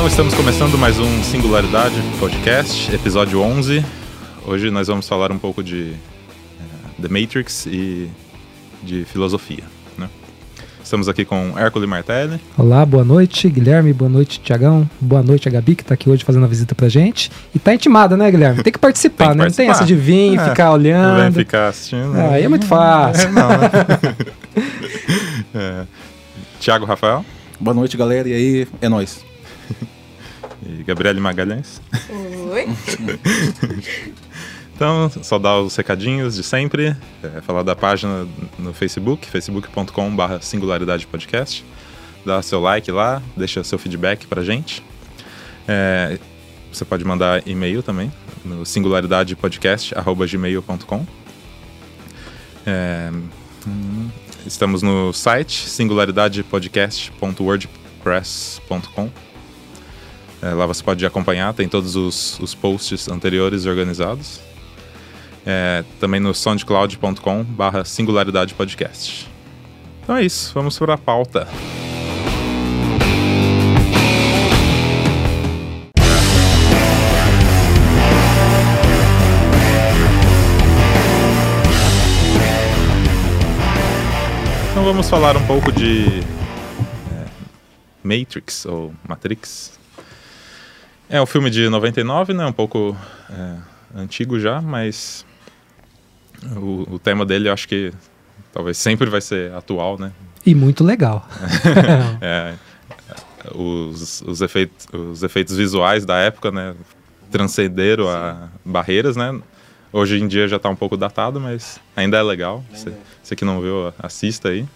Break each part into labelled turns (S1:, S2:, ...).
S1: Então, estamos começando mais um Singularidade Podcast, episódio 11. Hoje nós vamos falar um pouco de The Matrix e de filosofia, né? Estamos aqui com Hércules Martelli.
S2: Olá, boa noite, Guilherme, boa noite, Tiagão, boa noite, a Gabi, que tá aqui hoje fazendo a visita pra gente. E tá intimada, né, Guilherme? Tem que participar, né? Não tem essa de vir e ficar olhando.
S1: Vem ficar assistindo.
S2: Aí é muito fácil.
S1: Não, né? Tiago Rafael.
S3: Boa noite, galera, e aí, é nóis.
S1: E Gabriele Magalhães.
S4: Oi.
S1: Então, só dar os recadinhos de sempre, falar da página no Facebook, facebook.com/Singularidade Podcast. Dá seu like lá, deixa seu feedback pra gente. Você pode mandar e-mail também, no singularidadepodcast@gmail.com. Estamos no site singularidadepodcast.wordpress.com. Lá você pode acompanhar, tem todos os posts anteriores organizados. Também no soundcloud.com/singularidadepodcast. Então é isso, vamos para a pauta. Então vamos falar um pouco de Matrix, ou Matrix. É um filme de 99, né? Um pouco antigo já, mas o tema dele eu acho que talvez sempre vai ser atual, né?
S2: E muito legal.
S1: Os efeitos visuais da época, né? Transcenderam a barreiras, né? Hoje em dia já está um pouco datado, mas ainda é legal. Você que não viu, assista aí.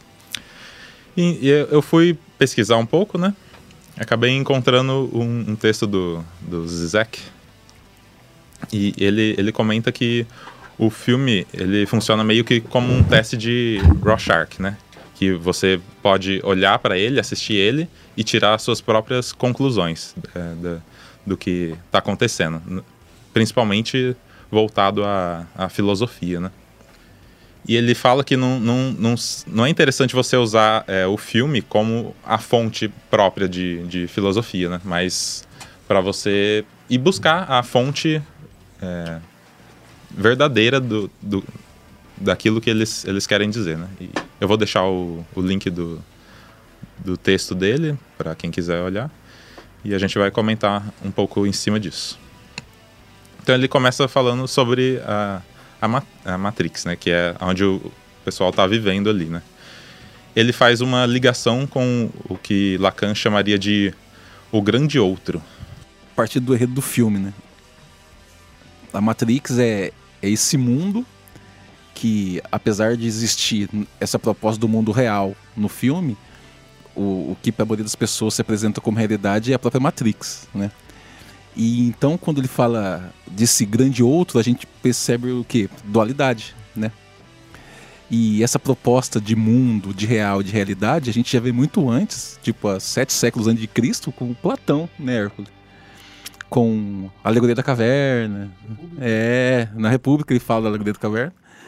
S1: E eu fui pesquisar um pouco, né? Acabei encontrando um texto do Zizek. E ele comenta que o filme ele funciona meio que como um teste de Rorschach, né? Que você pode olhar para ele, assistir ele e tirar suas próprias conclusões do que está acontecendo. Principalmente voltado à filosofia, né? E ele fala que não é interessante você usar o filme como a fonte própria de filosofia, né? Mas para você ir buscar a fonte verdadeira daquilo que eles querem dizer, né? E eu vou deixar o link do texto dele para quem quiser olhar e a gente vai comentar um pouco em cima disso. Então ele começa falando sobre a Matrix, né, que é onde o pessoal está vivendo ali, né. Ele faz uma ligação com o que Lacan chamaria de o grande outro.
S3: A partir do enredo do filme, né? A Matrix é esse mundo que, apesar de existir essa proposta do mundo real no filme, o que para a maioria das pessoas se apresenta como realidade é a própria Matrix, né? E então, quando ele fala desse grande outro, a gente percebe o quê? Dualidade, né? E essa proposta de mundo, de real, de realidade, a gente já vê muito antes, tipo há 7 séculos antes de Cristo, com Platão, né, Hércules? Com a Alegoria da Caverna. Na República ele fala da Alegoria da Caverna.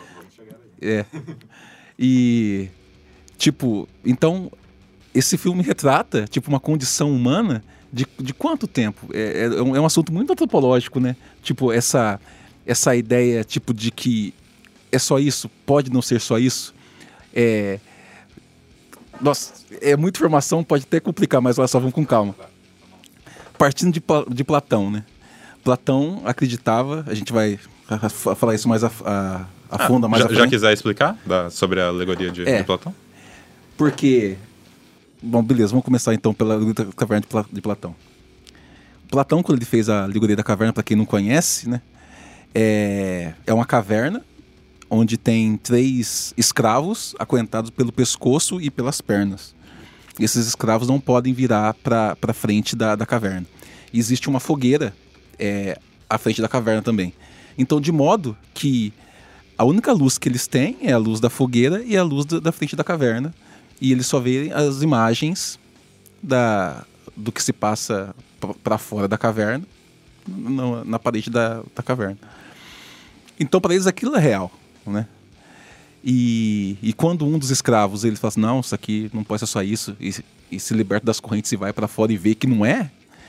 S3: E, tipo, então, esse filme retrata, tipo, uma condição humana de quanto tempo? É um assunto muito antropológico, né? Tipo, essa ideia, tipo, de que é só isso, pode não ser só isso. Nossa, é muita informação, pode até complicar, mas olha só, vamos com calma. Partindo de Platão, né? Platão acreditava, a gente vai falar isso mais a fundo, mais à frente.
S1: Já quiser explicar sobre a alegoria de Platão?
S3: Porque... Bom, beleza, vamos começar então pela Alegoria da Caverna de Platão. Platão, quando ele fez a Alegoria da Caverna, para quem não conhece, né, é uma caverna onde tem 3 escravos acorrentados pelo pescoço e pelas pernas. E esses escravos não podem virar para frente da caverna. E existe uma fogueira à frente da caverna também. Então, de modo que a única luz que eles têm é a luz da fogueira e a luz da frente da caverna. E eles só veem as imagens do que se passa para fora da caverna, na parede da caverna. Então, para eles, aquilo é real, né? E quando um dos escravos ele fala assim, não, isso aqui não pode ser só isso, e se liberta das correntes e vai para fora e vê que não é,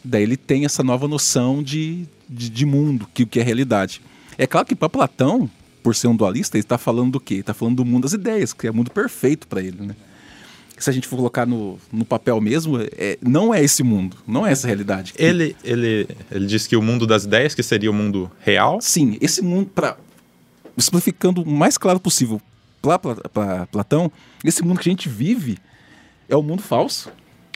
S3: Daí ele tem essa nova noção de mundo, que é realidade. É claro que para Platão, por ser um dualista, ele está falando do quê? Ele está falando do mundo das ideias, que é o mundo perfeito para ele, né? Se a gente for colocar no papel mesmo, não é esse mundo, não é essa realidade.
S1: Ele diz que o mundo das ideias, que seria o mundo real?
S3: Sim, esse mundo, simplificando o mais claro possível para Platão, esse mundo que a gente vive é um mundo falso.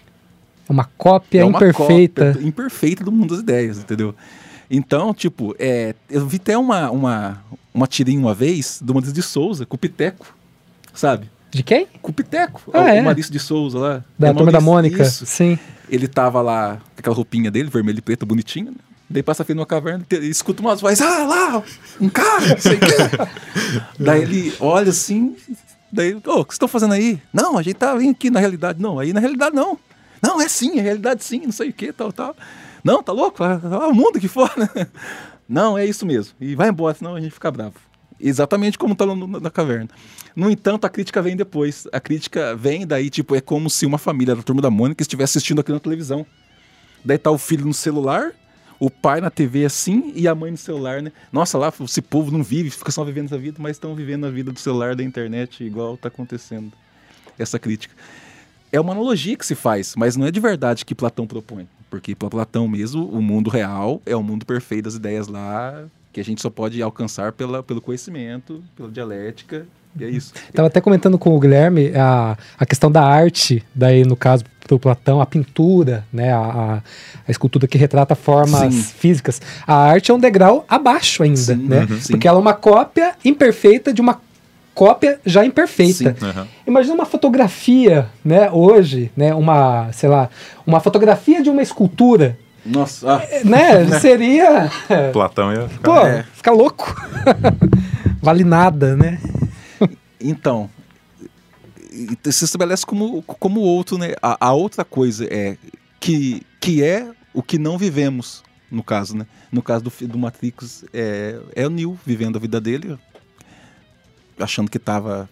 S2: É uma cópia imperfeita.
S3: Imperfeita do mundo das ideias, entendeu? Então, tipo, eu vi até uma tirinha uma vez do Maurício de Souza, com o Piteco, sabe?
S2: De quem?
S3: Com o Piteco, o Maurício de Souza lá.
S2: Da Turma da Mônica, isso. Sim.
S3: Ele tava lá com aquela roupinha dele, vermelho e preto, bonitinha, né? Daí passa a frente numa caverna e escuta umas vozes, lá, um cara, não sei o quê. Daí ele olha assim, daí, o que vocês estão fazendo aí? Não, a gente tá vindo aqui na realidade. Não, aí na realidade não. Não, é sim, é realidade sim, não sei o quê, tal. Não, tá louco? O mundo aqui fora. Não, é isso mesmo. E vai embora, senão a gente fica bravo. Exatamente como tá lá na caverna. No entanto, a crítica vem depois. A crítica vem daí, tipo, é como se uma família da Turma da Mônica estivesse assistindo aquilo na televisão. Daí tá o filho no celular, o pai na TV assim e a mãe no celular, né? Nossa, lá esse povo não vive, fica só vivendo essa vida, mas estão vivendo a vida do celular, da internet, igual tá acontecendo. Essa crítica. É uma analogia que se faz, mas não é de verdade que Platão propõe. Porque para Platão mesmo, o mundo real é o mundo perfeito das ideias lá, que a gente só pode alcançar pelo conhecimento, pela dialética, e é isso.
S2: Estava até comentando com o Guilherme a questão da arte, daí no caso do Platão, a pintura, né, a escultura que retrata formas físicas. A arte é um degrau abaixo ainda, né? Porque ela é uma cópia imperfeita de uma cópia já imperfeita. Imagina uma fotografia, né, hoje, né, uma fotografia de uma escultura.
S3: Nossa,
S2: né, seria...
S1: Platão ia ficar...
S2: ficar louco. Vale nada, né?
S3: Então, se estabelece como outro, né? A outra coisa que é o que não vivemos, no caso, né? No caso do Matrix, é o Neo vivendo a vida dele, achando que estava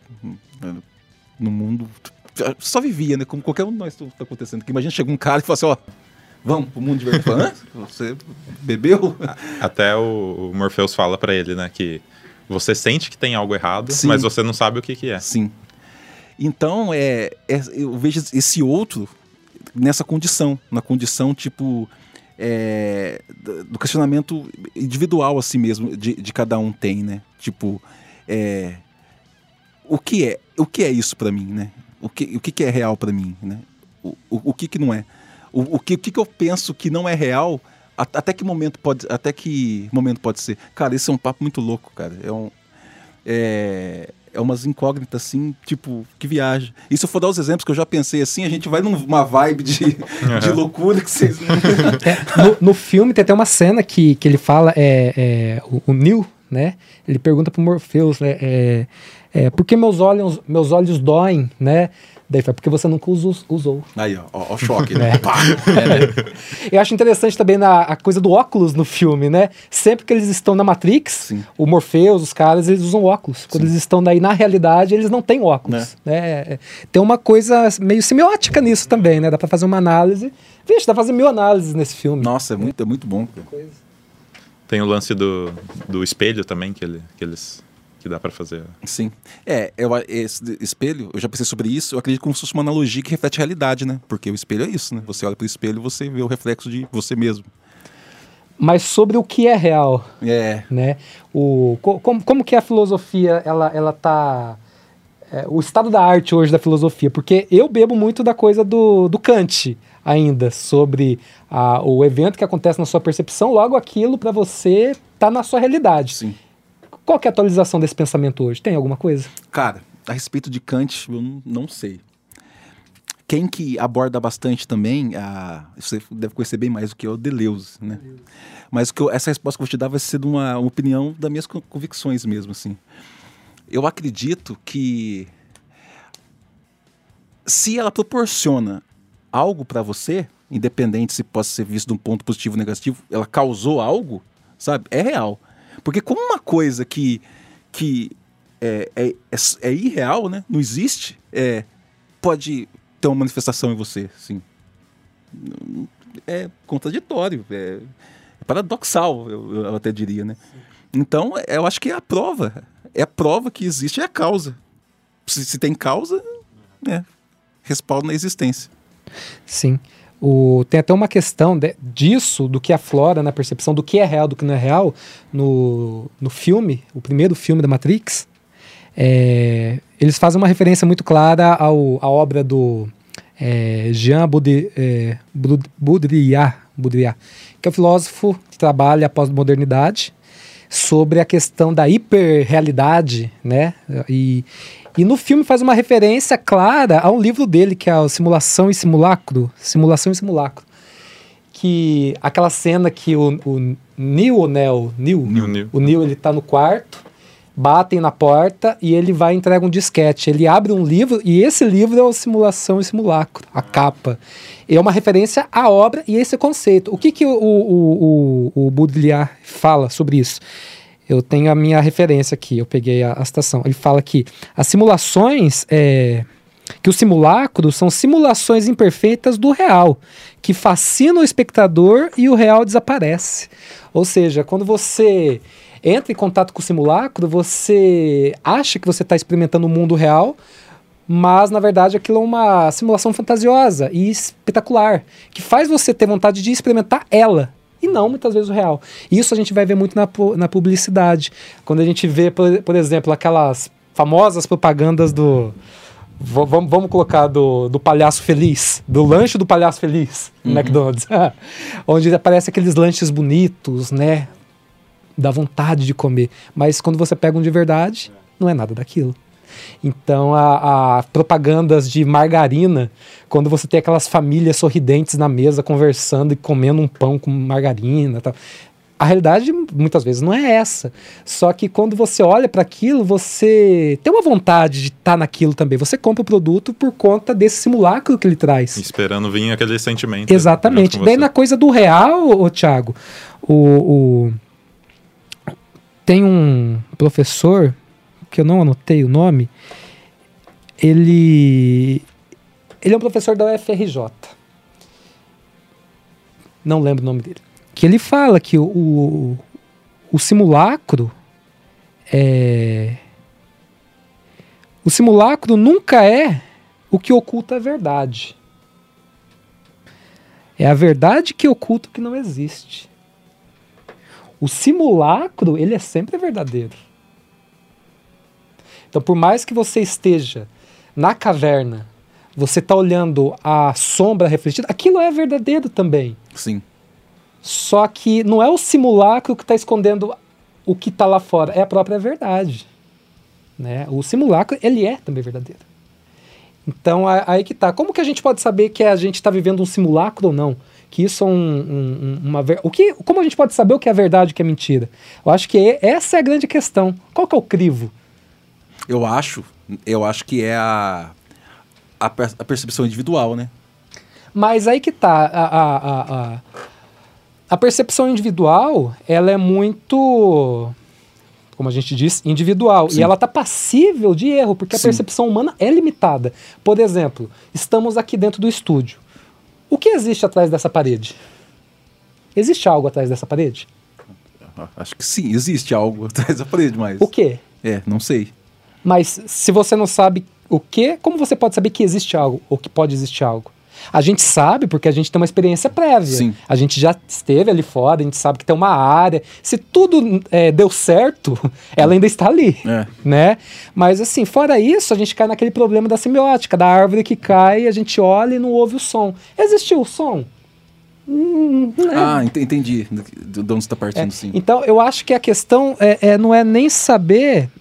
S3: no mundo, só vivia, né? Como qualquer um de nós está acontecendo. Porque imagina, chega um cara e fala assim, ó, vamos pro mundo de verdade. Fala, você bebeu? Até
S1: o Morpheus fala pra ele, né, que você sente que tem algo errado, mas você não sabe o que é.
S3: Sim. Então, eu vejo esse outro nessa condição, na condição, tipo, do questionamento individual, assim mesmo, de cada um tem, né? Tipo, o que é isso pra mim, né? O que é real pra mim, né? O que não é? O que eu penso que não é real, até que momento pode ser? Cara, esse é um papo muito louco, cara. É umas incógnitas, assim, tipo, que viagem. E se eu for dar os exemplos que eu já pensei assim, a gente vai numa vibe de loucura que vocês...
S2: no filme tem até uma cena que ele fala, o Neo, né? Ele pergunta pro Morpheus, né? Por que meus olhos doem, né? Daí foi porque você nunca usou.
S3: Aí, ó o choque, né?
S2: Eu acho interessante também a coisa do óculos no filme, né? Sempre que eles estão na Matrix, o Morpheus, os caras, eles usam óculos. Quando eles estão daí na realidade, eles não têm óculos. Né? Tem uma coisa meio semiótica nisso também, né? Dá pra fazer uma análise. Vixe, dá pra fazer 1000 análises nesse filme.
S3: Nossa, é muito bom.
S1: Tem o lance do espelho também, que dá pra fazer.
S3: Sim. Esse espelho, eu já pensei sobre isso, eu acredito como se fosse uma analogia que reflete a realidade, né? Porque o espelho é isso, né? Você olha pro espelho e você vê o reflexo de você mesmo.
S2: Mas sobre o que é real. Né? Como que a filosofia, ela tá... o estado da arte hoje da filosofia, porque eu bebo muito da coisa do Kant ainda, sobre o evento que acontece na sua percepção, logo aquilo pra você tá na sua realidade.
S3: Sim.
S2: Qual que é a atualização desse pensamento hoje? Tem alguma coisa?
S3: Cara, a respeito de Kant, eu não sei. Quem que aborda bastante também, você deve conhecer bem mais do que eu, Deleuze, né? Mas essa resposta que eu vou te dar vai ser de uma opinião das minhas convicções mesmo, assim. Eu acredito que se ela proporciona algo para você, independente se possa ser visto de um ponto positivo ou negativo, ela causou algo, sabe? É real. Porque como uma coisa que é irreal, né? Não existe, pode ter uma manifestação em você, assim. contraditório, é paradoxal, eu até diria, né? Então, eu acho que é a prova que existe é a causa. Se tem causa, respaldo na existência.
S2: Sim. Tem até uma questão disso, do que aflora na percepção do que é real, do que não é real, no filme, o primeiro filme da Matrix. Eles fazem uma referência muito clara à obra do Jean Baudrillard, que é um filósofo que trabalha a pós-modernidade sobre a questão da hiperrealidade, né? E no filme faz uma referência clara a um livro dele, que é o Simulação e Simulacro. Que aquela cena que o Neo, ele tá no quarto, batem na porta e ele vai e entrega um disquete. Ele abre um livro e esse livro é o Simulação e Simulacro, a capa. É uma referência à obra e esse conceito. O que o Baudrillard fala sobre isso? Eu tenho a minha referência aqui, eu peguei a citação. Ele fala que as simulações, que os simulacros são simulações imperfeitas do real, que fascinam o espectador e o real desaparece. Ou seja, quando você entra em contato com o simulacro, você acha que você está experimentando o mundo real, mas na verdade aquilo é uma simulação fantasiosa e espetacular, que faz você ter vontade de experimentar ela, e não muitas vezes o real. Isso a gente vai ver muito na publicidade. Quando a gente vê, por exemplo, aquelas famosas propagandas do... Vamos colocar do Palhaço Feliz, do lanche do Palhaço Feliz, no McDonald's. Onde aparecem aqueles lanches bonitos, né? Dá vontade de comer. Mas quando você pega um de verdade, não é nada daquilo. Então, a propagandas de margarina, quando você tem aquelas famílias sorridentes na mesa, conversando e comendo um pão com margarina, tal. A realidade, muitas vezes, não é essa. Só que quando você olha para aquilo, você tem uma vontade de estar naquilo também. Você compra o produto por conta desse simulacro que ele traz.
S1: Esperando vir aquele sentimento.
S2: Exatamente. Daí na coisa do real, Thiago, tem um professor, que eu não anotei o nome, ele é um professor da UFRJ. Não lembro o nome dele. Que ele fala que o simulacro o simulacro nunca é o que oculta a verdade. É a verdade que oculta o que não existe. O simulacro, ele é sempre verdadeiro. Então, por mais que você esteja na caverna, você está olhando a sombra refletida, aquilo é verdadeiro também.
S3: Sim.
S2: Só que não é o simulacro que está escondendo o que está lá fora, é a própria verdade. Né? O simulacro, ele é também verdadeiro. Então, aí que tá. Como que a gente pode saber que a gente está vivendo um simulacro ou não? Que isso é como a gente pode saber o que é verdade e o que é mentira? Eu acho que essa é a grande questão. Qual que é o crivo?
S3: Eu acho que é a percepção individual, né?
S2: Mas aí que tá. A percepção individual, ela é muito, como a gente diz, individual. Sim. E ela está passível de erro, porque a percepção humana é limitada. Por exemplo, estamos aqui dentro do estúdio. O que existe atrás dessa parede? Existe algo atrás dessa parede?
S3: Acho que sim, existe algo atrás da parede, mas...
S2: O quê?
S3: Não sei.
S2: Mas se você não sabe o quê, como você pode saber que existe algo, ou que pode existir algo? A gente sabe porque a gente tem uma experiência prévia.
S3: Sim.
S2: A gente já esteve ali fora, a gente sabe que tem uma área. Se tudo deu certo, ela ainda está ali, né? Mas assim, fora isso, a gente cai naquele problema da semiótica, da árvore que cai, a gente olha e não ouve o som. Existiu o som?
S3: Entendi de onde você está partindo, sim.
S2: Então, eu acho que a questão não é nem saber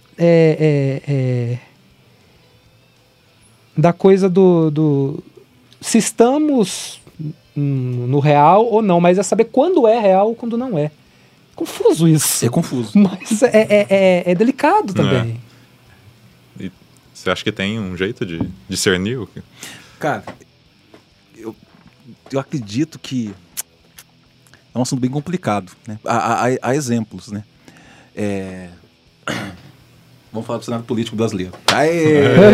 S2: da coisa do se estamos no real ou não, mas é saber quando é real ou quando não é. Confuso isso.
S3: É confuso.
S2: Mas é delicado também.
S1: E você acha que tem um jeito de discernir?
S3: Cara, eu acredito que é um assunto bem complicado, né? Há exemplos, né? Vamos falar do cenário político brasileiro.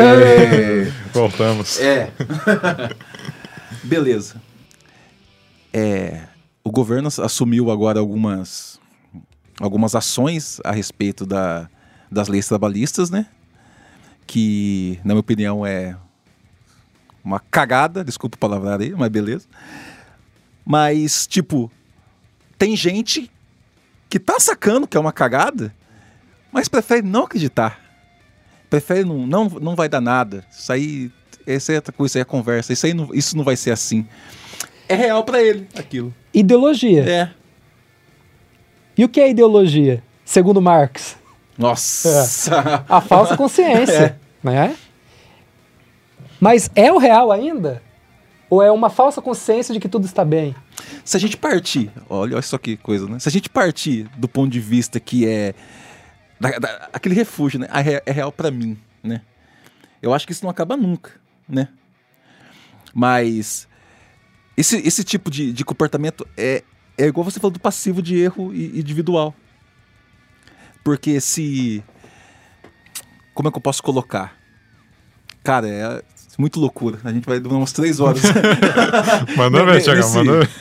S1: Voltamos.
S3: Beleza. o governo assumiu agora algumas ações a respeito das leis trabalhistas, né? Que, na minha opinião, é uma cagada, desculpa o palavrar aí, mas beleza. Mas, tipo, tem gente que tá sacando que é uma cagada, mas prefere não acreditar. Prefere não vai dar nada. Isso aí é outra coisa, isso aí é conversa. Isso não vai ser assim. É real pra ele, aquilo.
S2: Ideologia.
S3: É.
S2: E o que é ideologia? Segundo Marx.
S3: Nossa!
S2: A falsa consciência, né? Mas é o real ainda? Ou é uma falsa consciência de que tudo está bem?
S3: Se a gente partir, olha só que coisa, né? Se a gente partir do ponto de vista que é aquele refúgio, né? É real pra mim, né? Eu acho que isso não acaba nunca, né? Mas esse tipo de comportamento é igual você falou do passivo de erro individual. Porque como é que eu posso colocar? Cara, é muito loucura. A gente vai demorar umas 3 horas.
S1: Mandou ver, Thiago, mandou ver.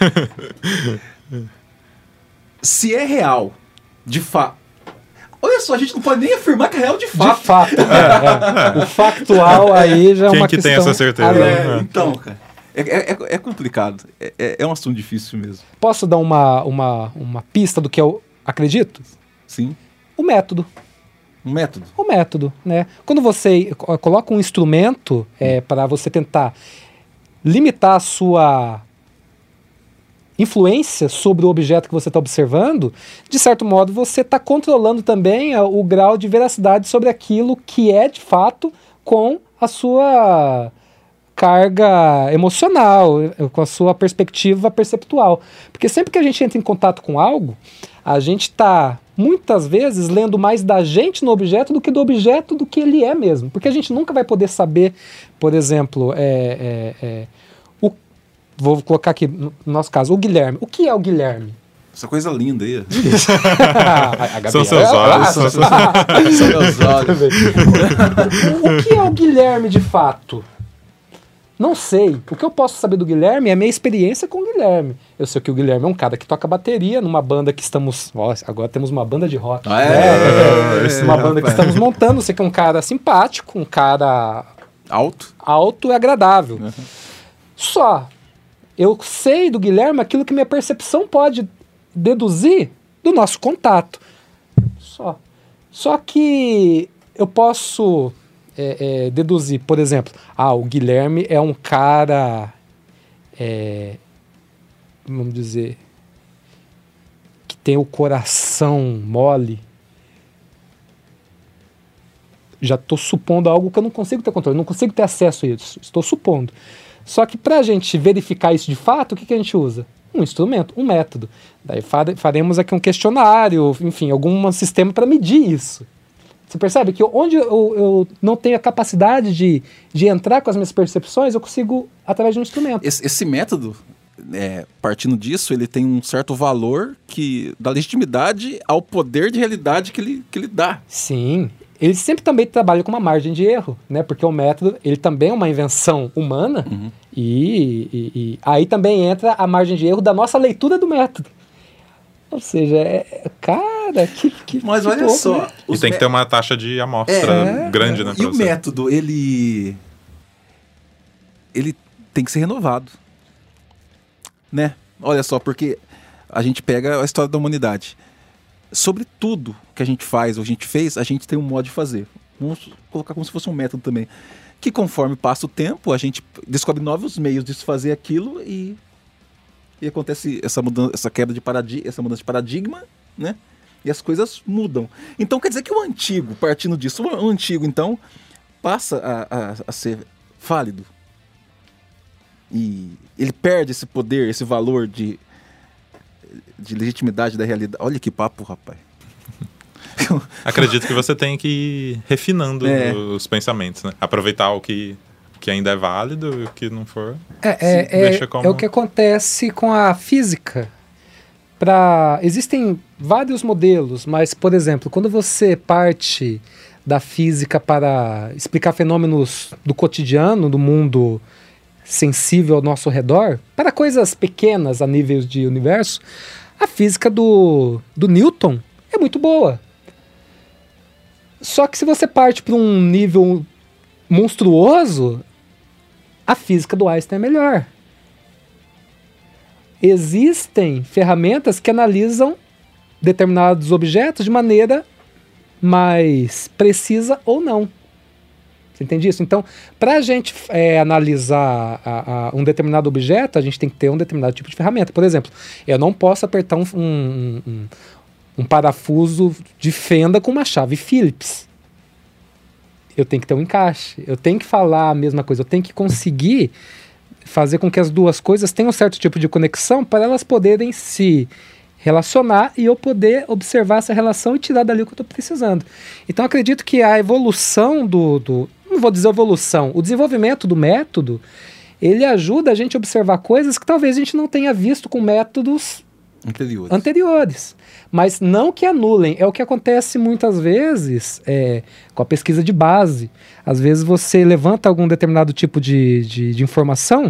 S3: Se é real, de fato. Olha só, a gente não pode nem afirmar que é real de fato.
S2: De fato, O factual aí já é uma questão...
S1: Quem que tem essa certeza?
S3: Então, cara, é complicado. É um assunto difícil mesmo.
S2: Posso dar uma pista do que eu acredito?
S3: Sim.
S2: O método.
S3: Um método?
S2: O método, né? Quando você coloca um instrumento para você tentar limitar a sua influência sobre o objeto que você está observando, de certo modo você está controlando também o grau de veracidade sobre aquilo que é de fato com a sua carga emocional, com a sua perspectiva perceptual. Porque sempre que a gente entra em contato com algo, a gente está muitas vezes lendo mais da gente no objeto do que do objeto do que ele é mesmo. Porque a gente nunca vai poder saber, por exemplo, vou colocar aqui, no nosso caso, o Guilherme. O que é o Guilherme?
S3: Essa coisa linda aí.
S1: São seus olhos. São
S3: meus olhos.
S2: O que é o Guilherme de fato? Não sei. O que eu posso saber do Guilherme é a minha experiência com o Guilherme. Eu sei que o Guilherme é um cara que toca bateria numa banda que estamos... Nossa, agora temos uma banda de rock. Uma banda que estamos montando. Você que é um cara simpático, um cara... Alto e agradável. Uhum. Só. Eu sei do Guilherme aquilo que minha percepção pode deduzir do nosso contato. Só que eu posso... deduzir, por exemplo, o Guilherme é um cara, vamos dizer, que tem o coração mole. Já estou supondo algo que eu não consigo ter controle, não consigo ter acesso a isso, estou supondo. Só que para a gente verificar isso de fato, o que a gente usa? Um instrumento, um método. Daí faremos aqui um questionário, enfim, algum sistema para medir isso. Você percebe que onde eu não tenho a capacidade de entrar com as minhas percepções, eu consigo através de um instrumento.
S3: Esse método, partindo disso, ele tem um certo valor que dá legitimidade ao poder de realidade que ele dá.
S2: Sim. Ele sempre também trabalha com uma margem de erro, né? Porque o método, ele também é uma invenção humana. Uhum. E aí também entra a margem de erro da nossa leitura do método. Ou seja, cara,
S3: mas olha louco, só.
S1: Né? E tem que ter uma taxa de amostra grande, né?
S3: E o método, ele tem que ser renovado. Né? Olha só, porque a gente pega a história da humanidade. Sobre tudo que a gente faz ou a gente fez, a gente tem um modo de fazer. Vamos colocar como se fosse um método também. Que conforme passa o tempo, a gente descobre novos meios de se fazer aquilo e acontece essa mudança de paradigma, né? E as coisas mudam. Então quer dizer que o antigo, partindo disso, o antigo então passa a ser válido. E ele perde esse poder, esse valor de legitimidade da realidade. Olha que papo, rapaz.
S1: Acredito que você tem que ir refinando os pensamentos, né? Aproveitar o que ainda é válido e o que não for.
S2: É o que acontece com a física. Existem vários modelos, mas, por exemplo, quando você parte da física para explicar fenômenos do cotidiano, do mundo sensível ao nosso redor, para coisas pequenas a níveis de universo, a física do Newton é muito boa. Só que se você parte para um nível monstruoso, a física do Einstein é melhor. Existem ferramentas que analisam determinados objetos de maneira mais precisa ou não. Você entende isso? Então, para a gente analisar um determinado objeto, a gente tem que ter um determinado tipo de ferramenta. Por exemplo, eu não posso apertar um parafuso de fenda com uma chave Phillips. Eu tenho que ter um encaixe. Eu tenho que falar a mesma coisa. Eu tenho que conseguir fazer com que as duas coisas tenham um certo tipo de conexão para elas poderem se relacionar e eu poder observar essa relação e tirar dali o que eu estou precisando. Então, acredito que a evolução não vou dizer evolução, o desenvolvimento do método, ele ajuda a gente a observar coisas que talvez a gente não tenha visto com métodos anteriores. Mas não que anulem, é o que acontece muitas vezes com a pesquisa de base. Às vezes você levanta algum determinado tipo de informação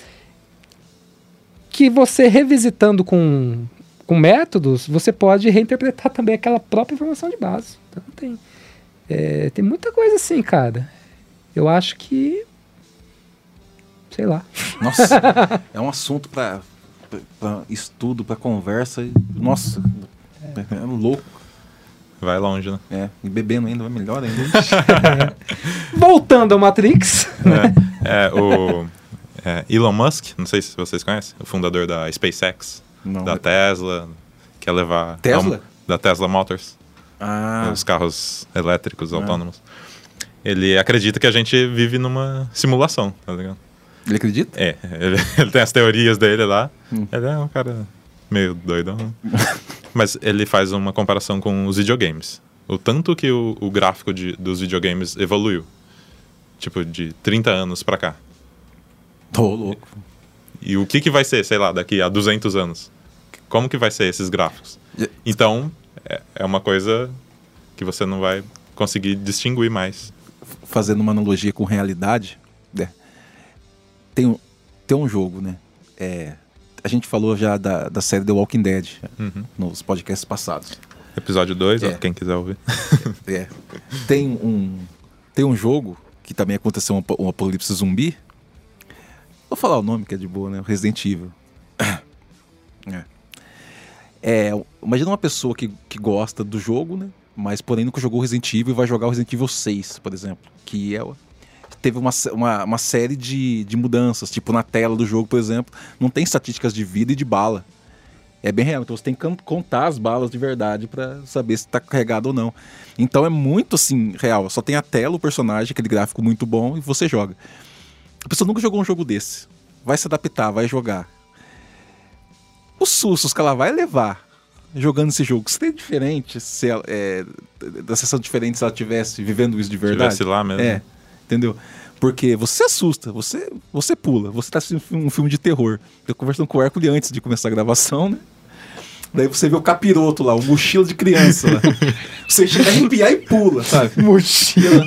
S2: que você revisitando com métodos, você pode reinterpretar também aquela própria informação de base. Então tem muita coisa assim, cara. Eu acho que... sei lá.
S3: Nossa, é um assunto para estudo, para conversa. Nossa, é louco.
S1: Vai longe, né?
S3: E bebendo ainda vai melhor ainda.
S2: Voltando ao Matrix.
S1: O Elon Musk, não sei se vocês conhecem, o fundador da SpaceX,
S3: Não.
S1: da Tesla, quer levar...
S3: Tesla?
S1: Da Tesla Motors,
S3: Ah,
S1: os carros elétricos autônomos. Ele acredita que a gente vive numa simulação, tá ligado?
S3: ele acredita?
S1: Ele tem as teorias dele lá. Ele é um cara meio doidão. Mas ele faz uma comparação com os videogames. O tanto que o gráfico dos videogames evoluiu. Tipo, de 30 anos pra cá.
S3: Tô louco.
S1: E o que vai ser, sei lá, daqui a 200 anos? Como que vai ser esses gráficos? Então, é uma coisa que você não vai conseguir distinguir mais.
S3: Fazendo uma analogia com realidade, tem um jogo, né? A gente falou já da série The Walking Dead nos podcasts passados.
S1: Episódio 2, ó, quem quiser ouvir.
S3: Tem um jogo que também aconteceu um apocalipse zumbi. Vou falar o nome que é de boa, né? O Resident Evil. Imagina uma pessoa que gosta do jogo, né? Mas porém nunca jogou Resident Evil e vai jogar o Resident Evil 6, por exemplo. Que teve uma série de mudanças. Tipo, na tela do jogo, por exemplo, não tem estatísticas de vida e de bala. É bem real. Então você tem que contar as balas de verdade pra saber se tá carregado ou não. Então é muito assim, real. Só tem a tela, o personagem, aquele gráfico muito bom e você joga. A pessoa nunca jogou um jogo desse. Vai se adaptar, vai jogar. Os sustos que ela vai levar jogando esse jogo seria diferente se ela, da sensação diferente se ela estivesse vivendo isso de verdade.
S1: Estivesse lá mesmo.
S3: Entendeu? Porque você assusta, você pula, você tá assistindo um filme de terror. Eu conversando com o Hércules antes de começar a gravação, né? Daí você vê o capiroto lá, o mochila de criança lá. Você chega a arrepiar e pula, sabe?
S2: Mochila.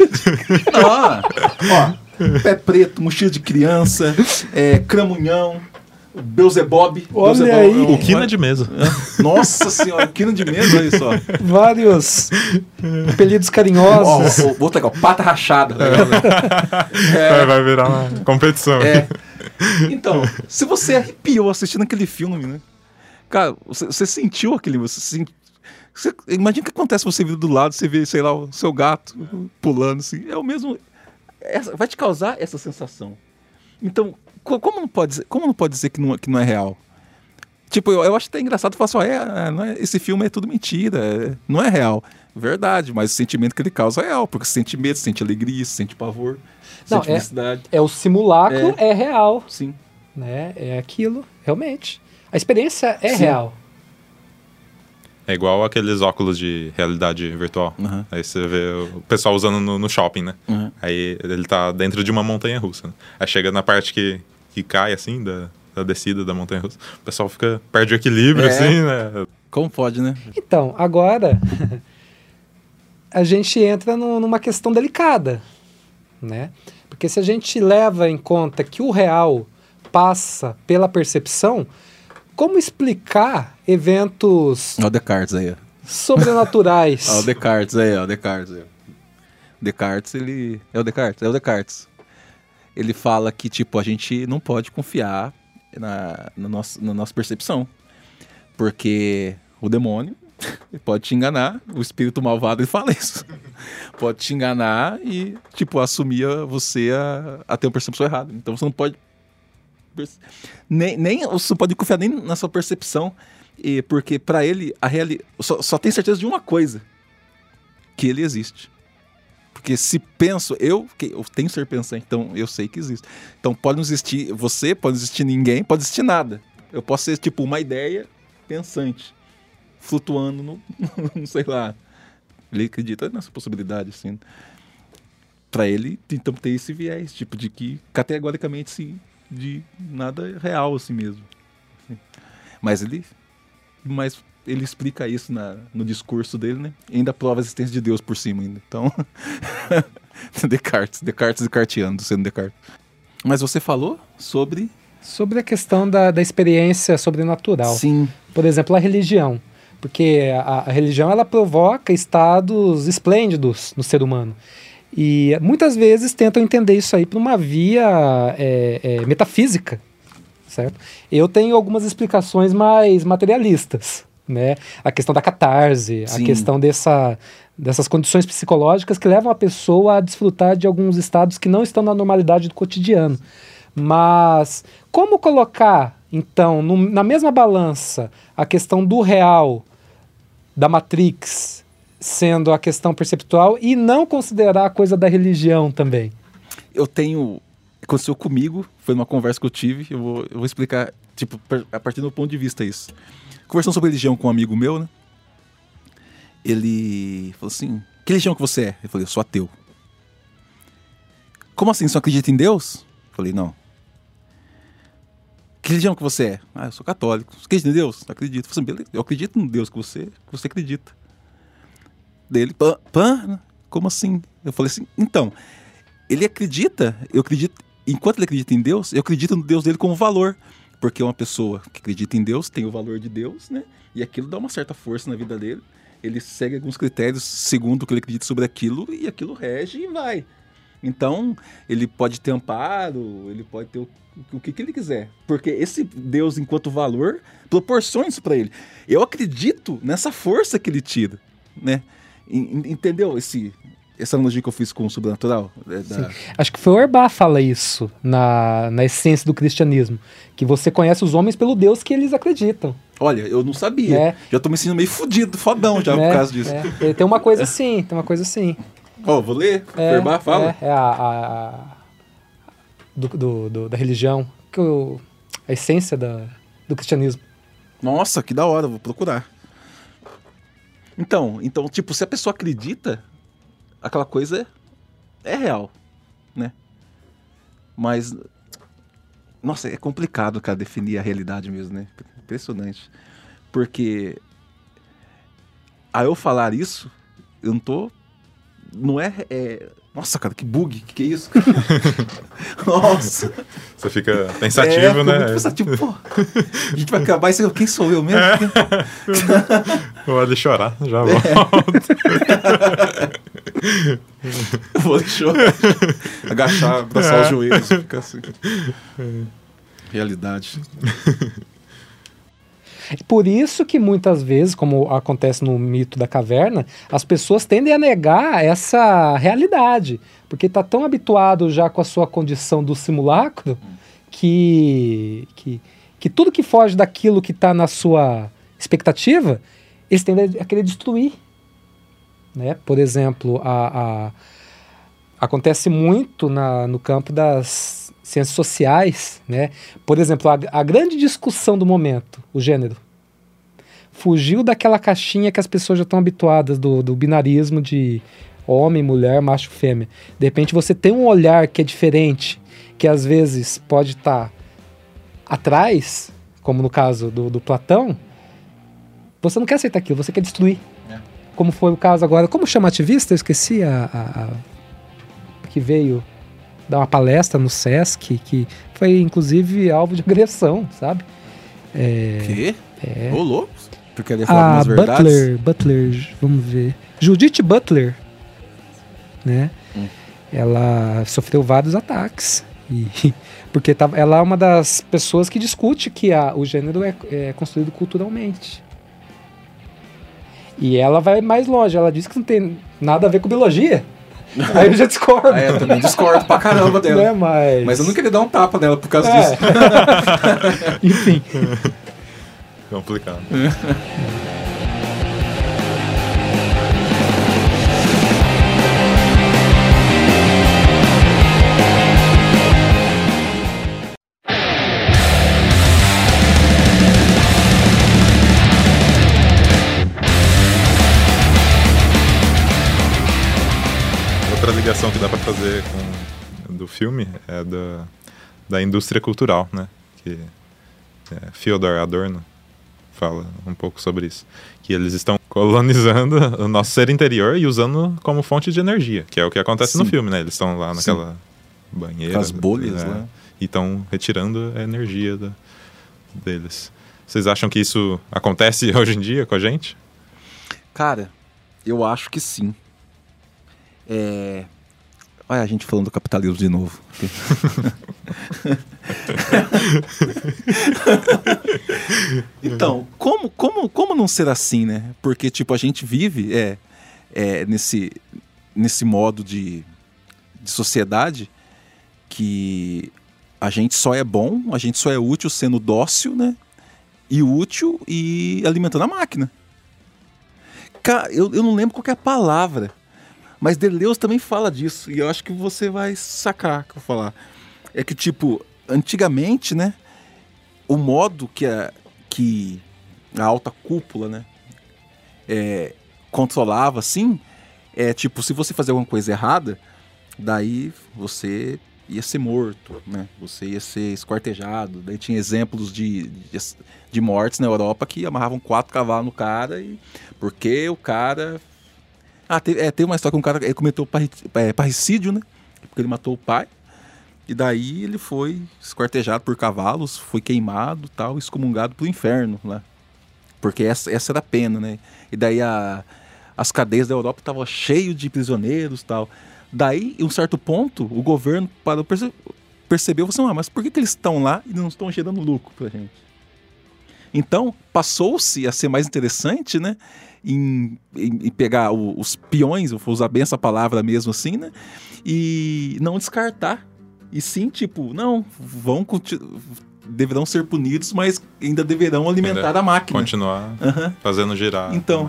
S3: Pé preto, mochila de criança, cramunhão, Beelzebub.
S2: Olha aí.
S1: O Quina de mesa.
S3: Nossa senhora, o Quina de mesa, olha só.
S2: Vários apelidos carinhosos.
S3: Outro legal, pata rachada.
S1: Vai virar uma competição.
S3: Então, se você arrepiou assistindo aquele filme, né? Cara, você sentiu aquele... imagina o que acontece se você vir do lado, você vê, sei lá, o seu gato pulando, assim. É o mesmo... vai te causar essa sensação. Então, como não pode dizer que não é real? Tipo, eu acho até engraçado falar assim, esse filme é tudo mentira, não é real. Verdade, mas o sentimento que ele causa é real, porque você sente medo, sente alegria, sente pavor, sente felicidade.
S2: O simulacro é real.
S3: Sim.
S2: Né? É aquilo, realmente. A experiência é real.
S1: É igual aqueles óculos de realidade virtual. Aí você vê o pessoal usando no shopping, né? Aí ele tá dentro de uma montanha-russa. Né? Aí chega na parte que cai, assim, da descida da montanha-russa. O pessoal perde o equilíbrio, assim, né?
S3: Como pode, né?
S2: Então, agora... a gente entra numa questão delicada. né? Porque se a gente leva em conta que o real passa pela percepção, como explicar eventos
S3: Olha o Descartes aí, ó.
S2: sobrenaturais?
S3: Olha o Descartes aí, ó. Descartes, ele... É o Descartes. Ele fala que, tipo, a gente não pode confiar na nossa percepção. Porque o demônio pode te enganar, o espírito malvado, ele fala isso. Pode te enganar e, tipo, assumir você a ter uma percepção errada. Então você não pode... Você não pode confiar nem na sua percepção, porque pra ele, só tem certeza de uma coisa. Que ele existe. Porque se penso, eu tenho ser pensante, então eu sei que existe. Então pode não existir você, pode não existir ninguém, pode existir nada. Eu posso ser tipo uma ideia pensante, flutuando no não sei lá. Ele acredita nessa possibilidade, assim. Pra ele, então tem esse viés, tipo, de que categoricamente sim, de nada real assim mesmo. Mas ele explica isso no discurso dele, né? E ainda prova a existência de Deus por cima ainda. Então, Descartes e Cartiano, sendo Descartes. Mas você falou sobre
S2: a questão da experiência sobrenatural.
S3: Sim.
S2: Por exemplo, a religião. Porque a religião, ela provoca estados esplêndidos no ser humano. E muitas vezes tentam entender isso aí por uma via metafísica, certo? Eu tenho algumas explicações mais materialistas, né? A questão da catarse,
S3: Sim.
S2: a questão dessas condições psicológicas que levam a pessoa a desfrutar de alguns estados que não estão na normalidade do cotidiano. Mas como colocar, então, na mesma balança a questão do real, da Matrix, sendo a questão perceptual, e não considerar a coisa da religião também?
S3: Aconteceu comigo, foi numa conversa que eu tive, eu vou explicar, tipo, a partir do meu ponto de vista isso. Conversando sobre religião com um amigo meu, né? Ele falou assim, que religião que você é? Eu falei, eu sou ateu. Como assim, você não acredita em Deus? Eu falei, não. Que religião que você é? Ah, eu sou católico. Você acredita em Deus? Não acredito. Eu falei, beleza, eu acredito no Deus que você acredita. Daí ele, como assim? Eu falei assim, então, ele acredita, eu acredito, enquanto ele acredita em Deus, eu acredito no Deus dele como valor. Porque uma pessoa que acredita em Deus tem o valor de Deus, né? E aquilo dá uma certa força na vida dele. Ele segue alguns critérios segundo o que ele acredita sobre aquilo e aquilo rege e vai. Então, ele pode ter amparo, ele pode ter o que ele quiser. Porque esse Deus, enquanto valor, proporciona isso para ele. Eu acredito nessa força que ele tira, né? Entendeu essa analogia que eu fiz com o sobrenatural?
S2: Acho que foi o Orbach fala isso na essência do cristianismo, que você conhece os homens pelo Deus que eles acreditam.
S3: Olha, eu não sabia. Já tô me sentindo meio fudido, fodão já por causa disso.
S2: Tem uma coisa assim,
S3: Vou ler? Orbach fala?
S2: Da religião, a essência do cristianismo.
S3: Nossa, que da hora, vou procurar. Então, tipo, se a pessoa acredita, aquela coisa é real, né? Mas, nossa, é complicado, cara, definir a realidade mesmo, né? Impressionante. Porque, a eu falar isso, eu não tô... Não é... Nossa, cara, que bug, que é isso? Nossa.
S1: Você fica pensativo, né?
S3: Muito pensativo, pô. A gente vai acabar isso, quem sou eu mesmo?
S1: Vou chorar, já volto.
S3: Eu vou chorar. Agachar, abraçar os joelhos e ficar assim. Realidade.
S2: Por isso que muitas vezes, como acontece no mito da caverna, as pessoas tendem a negar essa realidade, porque está tão habituado já com a sua condição do simulacro que tudo que foge daquilo que está na sua expectativa, eles tendem a querer destruir. Né? Por exemplo, acontece muito no campo das ciências sociais, né? Por exemplo, a grande discussão do momento, o gênero, fugiu daquela caixinha que as pessoas já estão habituadas do binarismo de homem, mulher, macho, fêmea. De repente você tem um olhar que é diferente, que às vezes pode estar atrás, como no caso do Platão. Você não quer aceitar aquilo, você quer destruir. Como foi o caso agora, como chama ativista? Eu esqueci que veio dar uma palestra no Sesc, que foi inclusive alvo de agressão, sabe?
S3: Quê? Ô, louco. Porque ele ia falar algumas verdades.
S2: Butler, vamos ver. Judith Butler, né? Ela sofreu vários ataques. Porque ela é uma das pessoas que discute que o gênero é construído culturalmente. E ela vai mais longe. Ela diz que não tem nada a ver com biologia. Aí eu já discordo.
S3: Eu também discordo pra caramba dela. Mas eu não queria dar um tapa nela por causa disso.
S2: Enfim.
S1: Complicado. Outra ligação que dá para fazer do filme é da indústria cultural, né? Que Fyodor Adorno fala um pouco sobre isso. Que eles estão colonizando o nosso ser interior e usando como fonte de energia, que é o que acontece no filme, né? Eles estão lá naquela banheira.
S3: As bolhas, né?
S1: E estão retirando a energia deles. Vocês acham que isso acontece hoje em dia com a gente?
S3: Cara, eu acho que sim. Olha a gente falando do capitalismo de novo. Então, como não ser assim, né? Porque, tipo, a gente vive nesse modo de sociedade que a gente só é bom, a gente só é útil sendo dócil, né? E útil e alimentando a máquina. Cara, eu não lembro qual que é a palavra, mas Deleuze também fala disso, e eu acho que você vai sacar o que eu vou falar. É que, tipo, antigamente, né, o modo que a alta cúpula, né, controlava, assim, tipo, se você fazer alguma coisa errada, daí você ia ser morto, né, você ia ser esquartejado. Daí tinha exemplos de mortes na Europa que amarravam 4 cavalos no cara, porque o cara... tem uma história que um cara cometeu parricídio, né? Porque ele matou o pai. E daí ele foi esquartejado por cavalos, foi queimado, tal, excomungado pro inferno lá. Porque essa era a pena, né? E daí as cadeias da Europa estavam cheias de prisioneiros, tal. Daí, em um certo ponto, o governo percebeu, mas por que eles estão lá e não estão gerando lucro pra gente? Então, passou-se a ser mais interessante, né? Em pegar os peões, eu vou usar bem essa palavra mesmo assim, né? E não descartar. E sim, tipo, não, deverão ser punidos, mas ainda deverão alimentar a máquina.
S1: Continuar fazendo girar.
S3: Então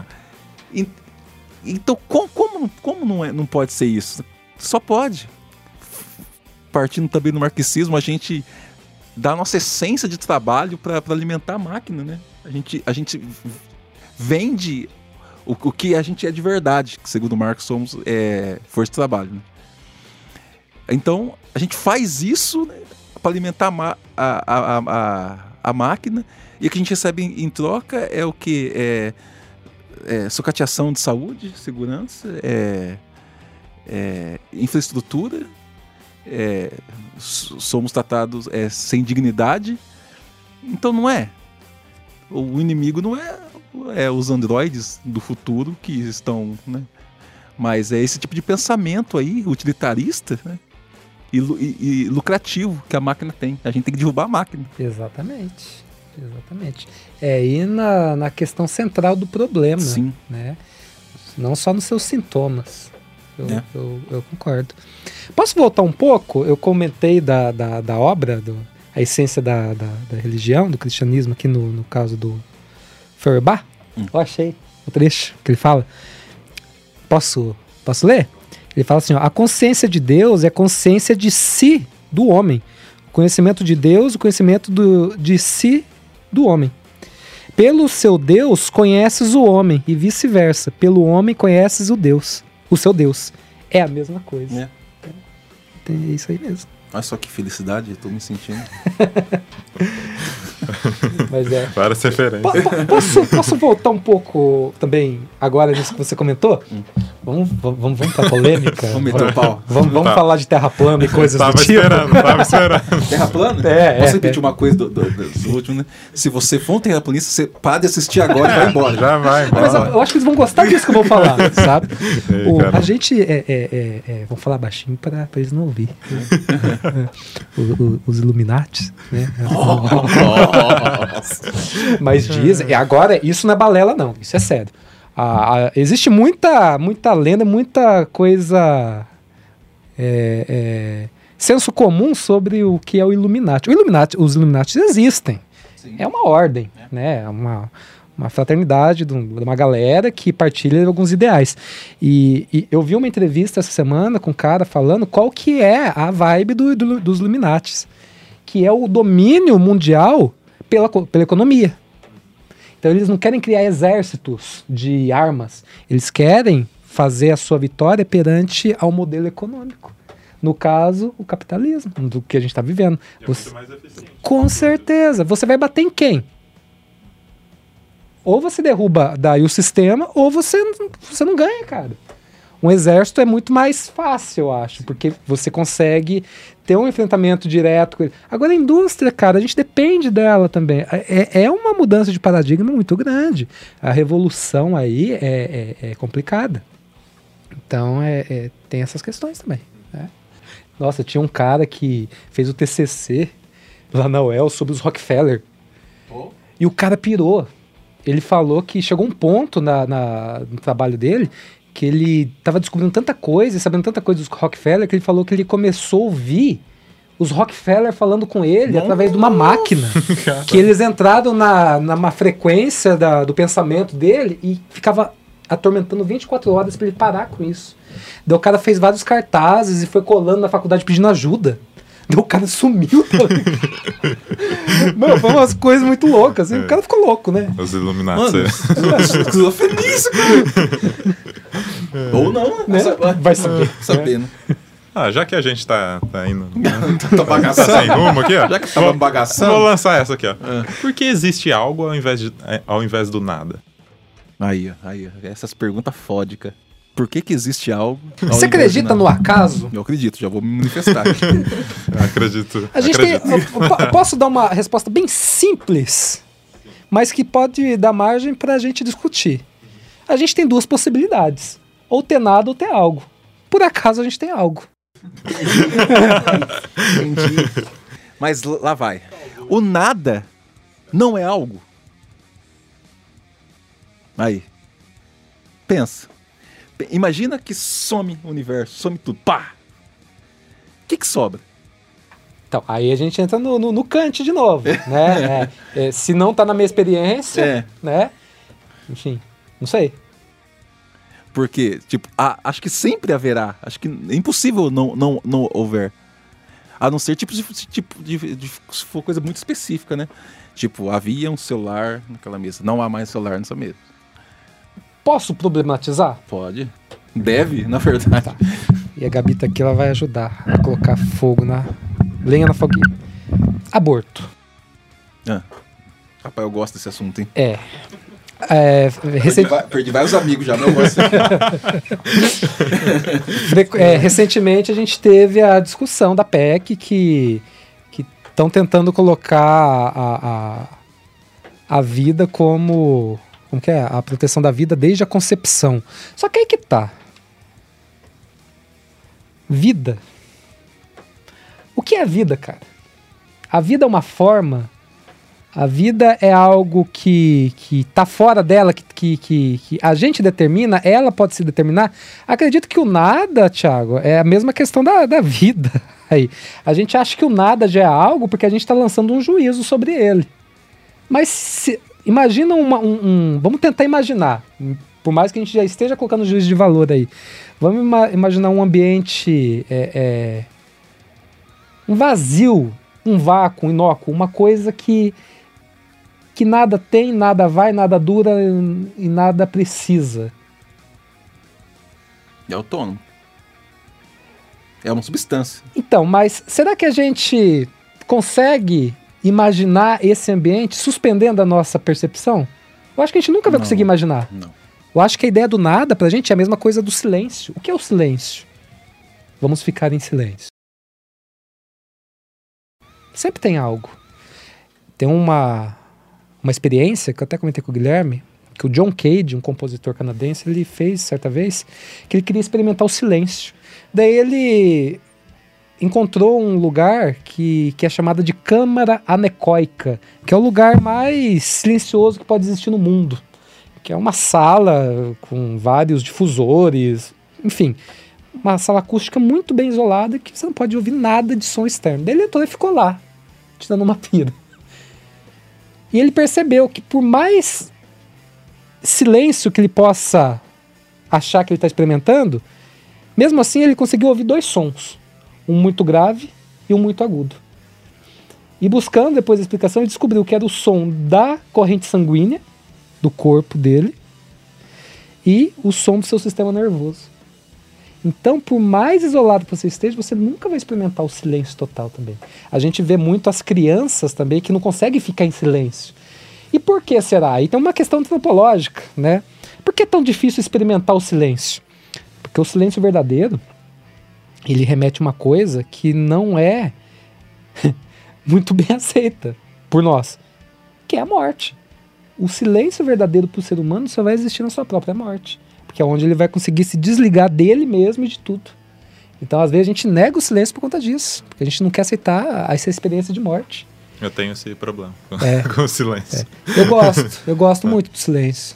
S3: como não pode ser isso? Só pode. Partindo também do marxismo, a gente dá a nossa essência de trabalho para alimentar a máquina, né? A gente vende o que a gente é de verdade, que segundo Marx somos força de trabalho, né? Então, a gente faz isso, né, para alimentar a máquina, e o que a gente recebe em troca é o que? Sucateação de saúde, segurança, infraestrutura, somos tratados sem dignidade. Então não é. O inimigo não é os androides do futuro que estão, né? Mas é esse tipo de pensamento aí, utilitarista, né? E lucrativo que a máquina tem. A gente tem que derrubar a máquina.
S2: Exatamente. E na questão central do problema.
S3: Sim.
S2: Né? Não só nos seus sintomas. Eu concordo. Posso voltar um pouco? Eu comentei da obra, a essência da religião, do cristianismo, aqui no caso do Feuerbach. Eu achei o trecho que ele fala. Posso ler? Ele fala assim, ó, a consciência de Deus é a consciência de si do homem. O conhecimento de Deus, o conhecimento de si do homem. Pelo seu Deus conheces o homem e vice-versa. Pelo homem conheces o seu Deus. É a mesma coisa. É isso aí mesmo.
S3: Olha só que felicidade, eu tô me sentindo.
S2: Mas
S1: Várias referências.
S2: Posso voltar um pouco também agora nisso que você comentou? Vamos pra polêmica?
S3: Vamos meter o pau.
S2: Vamos
S1: Tá.
S2: falar de terra plana e coisas do tipo?
S1: Tava esperando.
S3: Terra plana? Posso repetir uma coisa do último, né? Se você for um terraplanista, você para de assistir agora e vai embora.
S1: Já vai
S2: Mas
S1: embora.
S2: eu acho que eles vão gostar disso que eu vou falar, sabe?
S1: Ei, cara.
S2: A gente vamos falar baixinho para eles não ouvirem. Os Illuminati, né? Mas dizem, e agora isso não é balela não, isso é sério. Existe muita lenda, muita coisa senso comum sobre o que é o Illuminati. Os Illuminati existem. Sim. É uma ordem, né? É uma fraternidade de uma galera que partilha alguns ideais. E eu vi uma entrevista essa semana com um cara falando qual que é a vibe dos Illuminatis, que é o domínio mundial pela economia. Então eles não querem criar exércitos de armas, eles querem fazer a sua vitória perante ao modelo econômico. No caso, o capitalismo, do que a gente está vivendo.
S1: Muito mais eficiente.
S2: Com certeza. Você vai bater em quem? Ou você derruba daí o sistema, ou você não ganha, cara. Um exército é muito mais fácil, eu acho, porque você consegue ter um enfrentamento direto com ele. Agora a indústria, cara, a gente depende dela também. É uma mudança de paradigma muito grande. A revolução aí é complicada. Então tem essas questões também, né? Nossa, tinha um cara que fez o TCC lá na UEL sobre os Rockefeller. Oh. E o cara pirou. Ele falou que chegou um ponto no trabalho dele que ele estava descobrindo tanta coisa e sabendo tanta coisa dos Rockefeller que ele falou que ele começou a ouvir os Rockefeller falando com ele através de uma máquina. Que eles entraram numa frequência do pensamento dele e ficava atormentando 24 horas para ele parar com isso. Daí o cara fez vários cartazes e foi colando na faculdade pedindo ajuda. Daí o cara sumiu. Mano, foi umas coisas muito loucas. Assim, o cara ficou louco, né?
S1: Os Illuminati.
S3: Mano, feliz, cara. Ou não,
S2: né? Vai saber,
S3: né?
S1: Já que a gente tá indo...
S3: Tá bagaçando.
S1: Tá sem rumo aqui, ó.
S3: Já que tava bagaçando.
S1: Vou lançar essa aqui, ó. Por que existe algo ao invés do nada?
S3: Aí, essas perguntas fódicas. Por que existe algo?
S2: Você acredita no acaso?
S3: Eu acredito, já vou me manifestar.
S1: Acredito.
S2: Eu posso dar uma resposta bem simples, mas que pode dar margem pra gente discutir. A gente tem duas possibilidades. Ou ter nada ou ter algo. Por acaso a gente tem algo.
S3: Entendi. Mas lá vai. O nada não é algo. Aí. Pensa. Imagina que some o universo, some tudo. Pá! O que sobra?
S2: Então, aí a gente entra no Kant de novo, né? Se não tá na minha experiência, né? Enfim, não sei.
S3: Porque, tipo, acho que sempre haverá. Acho que é impossível não houver. A não ser tipo de se for coisa muito específica, né? Tipo, havia um celular naquela mesa. Não há mais celular nessa mesa.
S2: Posso problematizar?
S3: Pode. Deve, na verdade.
S2: Tá. E a Gabi tá aqui, ela vai ajudar a colocar fogo lenha na fogueira. Aborto.
S3: Rapaz, eu gosto desse assunto, hein? Perdi vários amigos já, mas eu gosto.
S2: Recentemente a gente teve a discussão da PEC que estão tentando colocar a vida como que é? A proteção da vida desde a concepção. Só que aí que tá. Vida. O que é vida, cara? A vida é uma forma. A vida é algo que tá fora dela, que a gente determina, ela pode se determinar. Acredito que o nada, Thiago, é a mesma questão da vida. Aí, a gente acha que o nada já é algo porque a gente está lançando um juízo sobre ele. Mas imagina vamos tentar imaginar, por mais que a gente já esteja colocando juízo de valor aí. Vamos imaginar um ambiente, um vazio, um vácuo, inócuo, uma coisa que nada tem, nada vai, nada dura e nada precisa.
S3: É autônomo. É uma substância.
S2: Então, mas será que a gente consegue imaginar esse ambiente suspendendo a nossa percepção? Eu acho que a gente nunca vai conseguir imaginar.
S3: Não.
S2: Eu acho que a ideia do nada pra gente é a mesma coisa do silêncio. O que é o silêncio? Vamos ficar em silêncio. Sempre tem algo. Tem uma experiência que eu até comentei com o Guilherme, que o John Cage, um compositor canadense, ele fez certa vez, que ele queria experimentar o silêncio. Daí ele encontrou um lugar que é chamado de câmara anecoica, que é o lugar mais silencioso que pode existir no mundo, que é uma sala com vários difusores, enfim, uma sala acústica muito bem isolada que você não pode ouvir nada de som externo. Daí ele entrou e ficou lá, te dando uma pira. E ele percebeu que por mais silêncio que ele possa achar que ele está experimentando, mesmo assim ele conseguiu ouvir 2 sons, um muito grave e um muito agudo. E buscando depois a explicação, ele descobriu que era o som da corrente sanguínea do corpo dele e o som do seu sistema nervoso. Então, por mais isolado que você esteja, você nunca vai experimentar o silêncio total também. A gente vê muito as crianças também que não conseguem ficar em silêncio. E por que será? Aí tem uma questão antropológica, né? Por que é tão difícil experimentar o silêncio? Porque o silêncio verdadeiro, ele remete a uma coisa que não é muito bem aceita por nós, que é a morte. O silêncio verdadeiro para o ser humano só vai existir na sua própria morte, porque é onde ele vai conseguir se desligar dele mesmo e de tudo. Então, às vezes, a gente nega o silêncio por conta disso, porque a gente não quer aceitar essa experiência de morte.
S1: Eu tenho esse problema com o silêncio.
S2: Eu gosto muito do silêncio.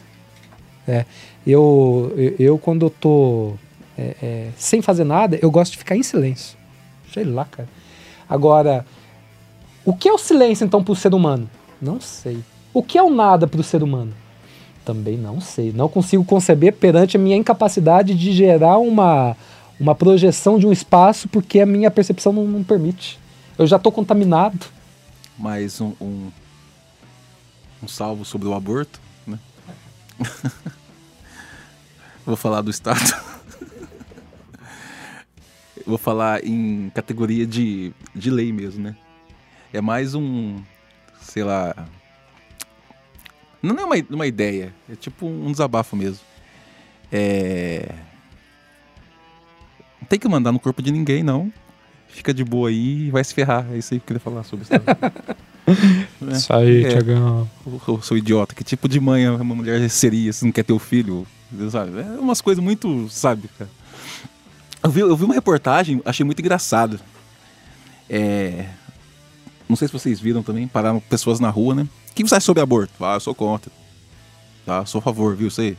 S2: Eu quando eu tô sem fazer nada, eu gosto de ficar em silêncio. Sei lá, cara. Agora, o que é o silêncio, então, para o ser humano? Não sei. O que é o nada para o ser humano? Também não sei. Não consigo conceber perante a minha incapacidade de gerar uma projeção de um espaço, porque a minha percepção não permite. Eu já estou contaminado.
S3: Mais um salvo sobre o aborto, né? Vou falar do Estado. Vou falar em categoria de lei mesmo, né? É mais sei lá... Não é uma ideia, é tipo um desabafo mesmo. Não tem que mandar no corpo de ninguém, não. Fica de boa aí e vai se ferrar. É isso aí que eu queria falar sobre isso.
S2: Isso aí, Tiagão.
S3: Eu sou idiota. Que tipo de mãe uma mulher seria se não quer ter o filho? Sabe? É umas coisas muito, sabe, cara. Eu vi uma reportagem, achei muito engraçado. Não sei se vocês viram também, pararam pessoas na rua, né? O que você acha sobre aborto? Eu sou contra. Tá, sou a favor, viu? Isso aí.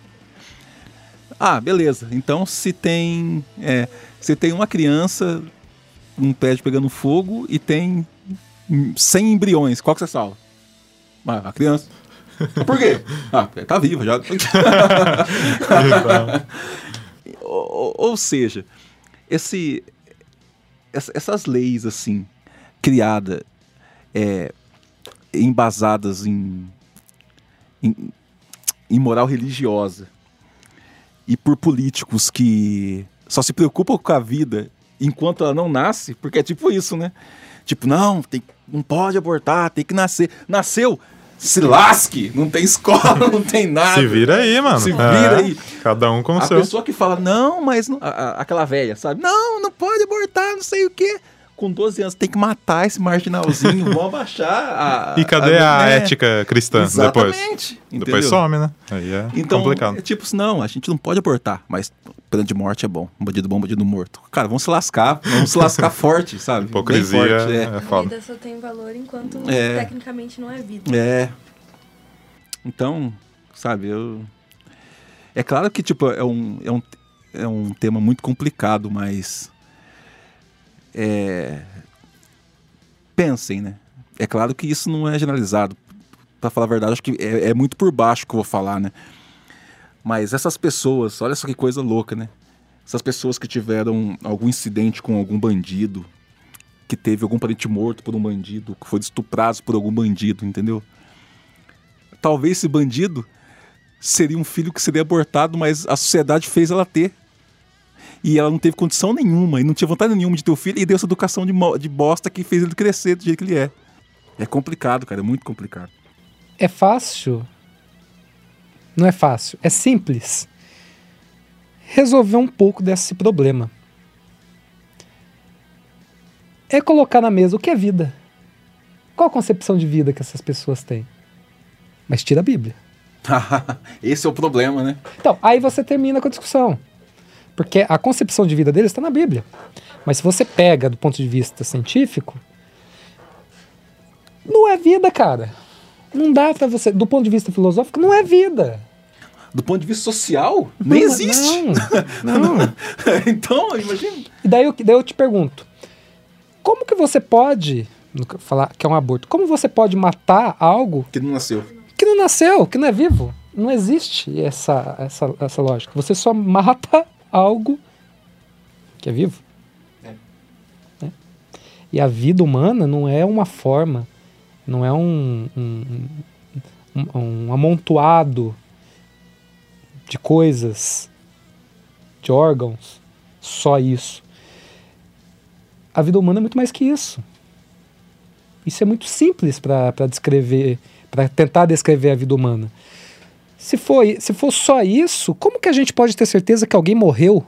S3: Beleza. Então, se tem uma criança, um pé pegando fogo e tem 100 embriões, qual que você salva? A criança. Por quê? Tá viva já. Ou seja, essas leis assim, criadas, embasadas em moral religiosa e por políticos que só se preocupam com a vida enquanto ela não nasce, porque é tipo isso, né? Tipo, não pode abortar, tem que nascer. Nasceu, se lasque, não tem escola, não tem nada.
S1: Se vira aí, mano.
S3: Se vira aí.
S1: Cada um com o seu.
S3: A pessoa que fala, não, mas... aquela velha, sabe? Não pode abortar, não sei o quê. Com 12 anos, tem que matar esse marginalzinho, vão abaixar
S1: E cadê a ética cristã depois?
S3: Exatamente.
S1: Depois some, né? Aí
S3: então,
S1: complicado.
S3: É tipo, não, a gente não pode abortar, mas pena de morte é bom. Um bandido morto. Cara, vamos se lascar forte, sabe?
S1: Hipocrisia
S3: forte,
S1: é foda.
S4: A vida só tem valor enquanto tecnicamente não é vida.
S3: Então, sabe, é claro que, tipo, é um tema muito complicado, mas... Pensem, né? É claro que isso não é generalizado. Pra falar a verdade, acho que é muito por baixo que eu vou falar, né? Mas essas pessoas, olha só que coisa louca, né? Essas pessoas que tiveram algum incidente com algum bandido, que teve algum parente morto por um bandido, que foi estuprado por algum bandido, entendeu? Talvez esse bandido seria um filho que seria abortado, mas a sociedade fez ela ter. E ela não teve condição nenhuma, e não tinha vontade nenhuma de ter o filho, e deu essa educação de bosta que fez ele crescer do jeito que ele é. É complicado, cara, é muito complicado.
S2: É fácil Não é fácil, é simples. Resolver um pouco desse problema. É colocar na mesa o que é vida. Qual a concepção de vida que essas pessoas têm? Mas tira a Bíblia.
S3: Esse é o problema, né?
S2: Então, aí você termina com a discussão. Porque a concepção de vida deles está na Bíblia. Mas se você pega do ponto de vista científico, não é vida, cara. Não dá pra você... Do ponto de vista filosófico, não é vida.
S3: Do ponto de vista social, nem existe.
S2: Não.
S3: Então, imagina.
S2: E daí eu te pergunto, como que você pode... falar que é um aborto. Como você pode matar algo
S3: que não nasceu,
S2: que não é vivo? Não existe essa lógica. Você só mata algo que é vivo. Né? E a vida humana não é uma forma, não é um amontoado de coisas, de órgãos, só isso. A vida humana é muito mais que isso. Isso é muito simples para descrever, para tentar descrever a vida humana. Se for só isso, como que a gente pode ter certeza que alguém morreu?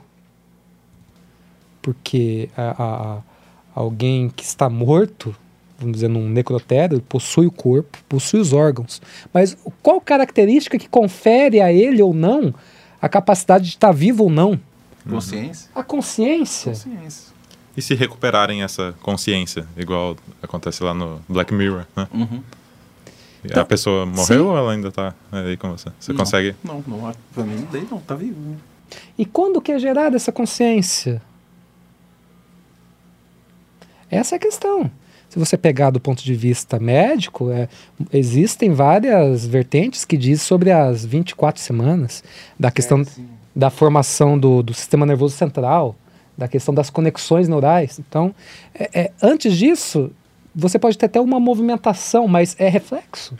S2: Porque alguém que está morto, vamos dizer, num necrotério, possui o corpo, possui os órgãos. Mas qual característica que confere a ele ou não a capacidade de estar vivo ou não?
S3: Consciência.
S2: A consciência.
S1: E se recuperarem essa consciência, igual acontece lá no Black Mirror, né?
S3: Uhum.
S1: A pessoa morreu ou ela ainda está aí com você? Você consegue...
S3: Não, pra mim não, tá vivo. Né?
S2: E quando que é gerada essa consciência? Essa é a questão. Se você pegar do ponto de vista médico, existem várias vertentes que dizem sobre as 24 semanas, da questão da formação do sistema nervoso central, da questão das conexões neurais. Então, antes disso, você pode ter até uma movimentação, mas é reflexo.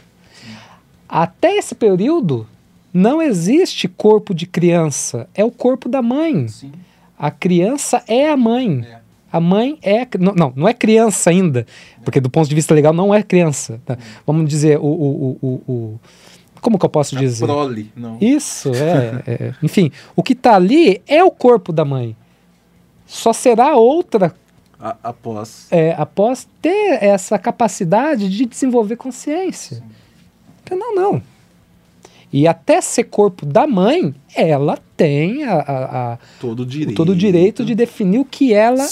S2: Até esse período, não existe corpo de criança, é o corpo da mãe.
S3: Sim.
S2: A criança é a mãe. A mãe é... Não é criança ainda, porque do ponto de vista legal não é criança. Tá? Vamos dizer, como que eu posso dizer?
S3: Prole, não.
S2: Isso, enfim, o que está ali é o corpo da mãe. Só será outra...
S3: Após
S2: ter essa capacidade de desenvolver consciência. Então, não. E até ser corpo da mãe, ela tem
S3: todo
S2: o direito de definir o que ela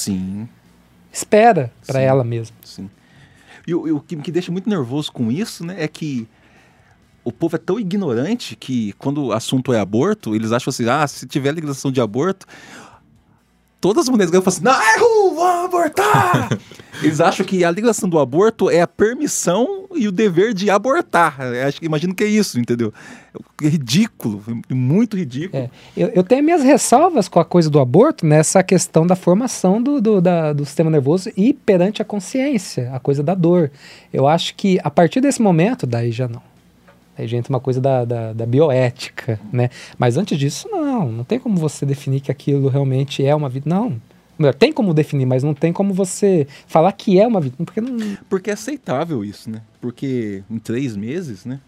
S2: espera para ela mesma.
S3: Sim. E o que me deixa muito nervoso com isso, né, é que o povo é tão ignorante que quando o assunto é aborto, eles acham assim, se tiver legalização de aborto, todas as mulheres ganham e falam assim, não, vamos abortar! Eles acham que a legalização do aborto é a permissão e o dever de abortar. Imagino que é isso, entendeu? É ridículo, muito ridículo.
S2: Eu tenho minhas ressalvas com a coisa do aborto nessa questão da formação do sistema nervoso e perante a consciência, a coisa da dor. Eu acho que a partir desse momento, daí já não. Aí já entra uma coisa da bioética, né? Mas antes disso, não tem como você definir que aquilo realmente é uma vida. Não. Tem como definir, mas não tem como você falar que é uma vida.
S3: Porque é aceitável isso, né? Porque em 3 meses, né?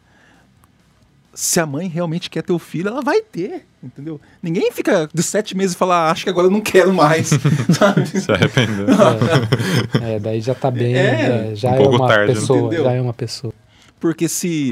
S3: Se a mãe realmente quer ter o filho, ela vai ter, entendeu? Ninguém fica de 7 meses e fala, acho que agora eu não quero mais, sabe?
S1: Se arrependeu.
S2: Daí já tá bem, já
S1: um
S2: é
S1: pouco
S2: uma
S1: tarde,
S2: pessoa,
S3: entendeu?
S2: já é uma pessoa.
S3: Porque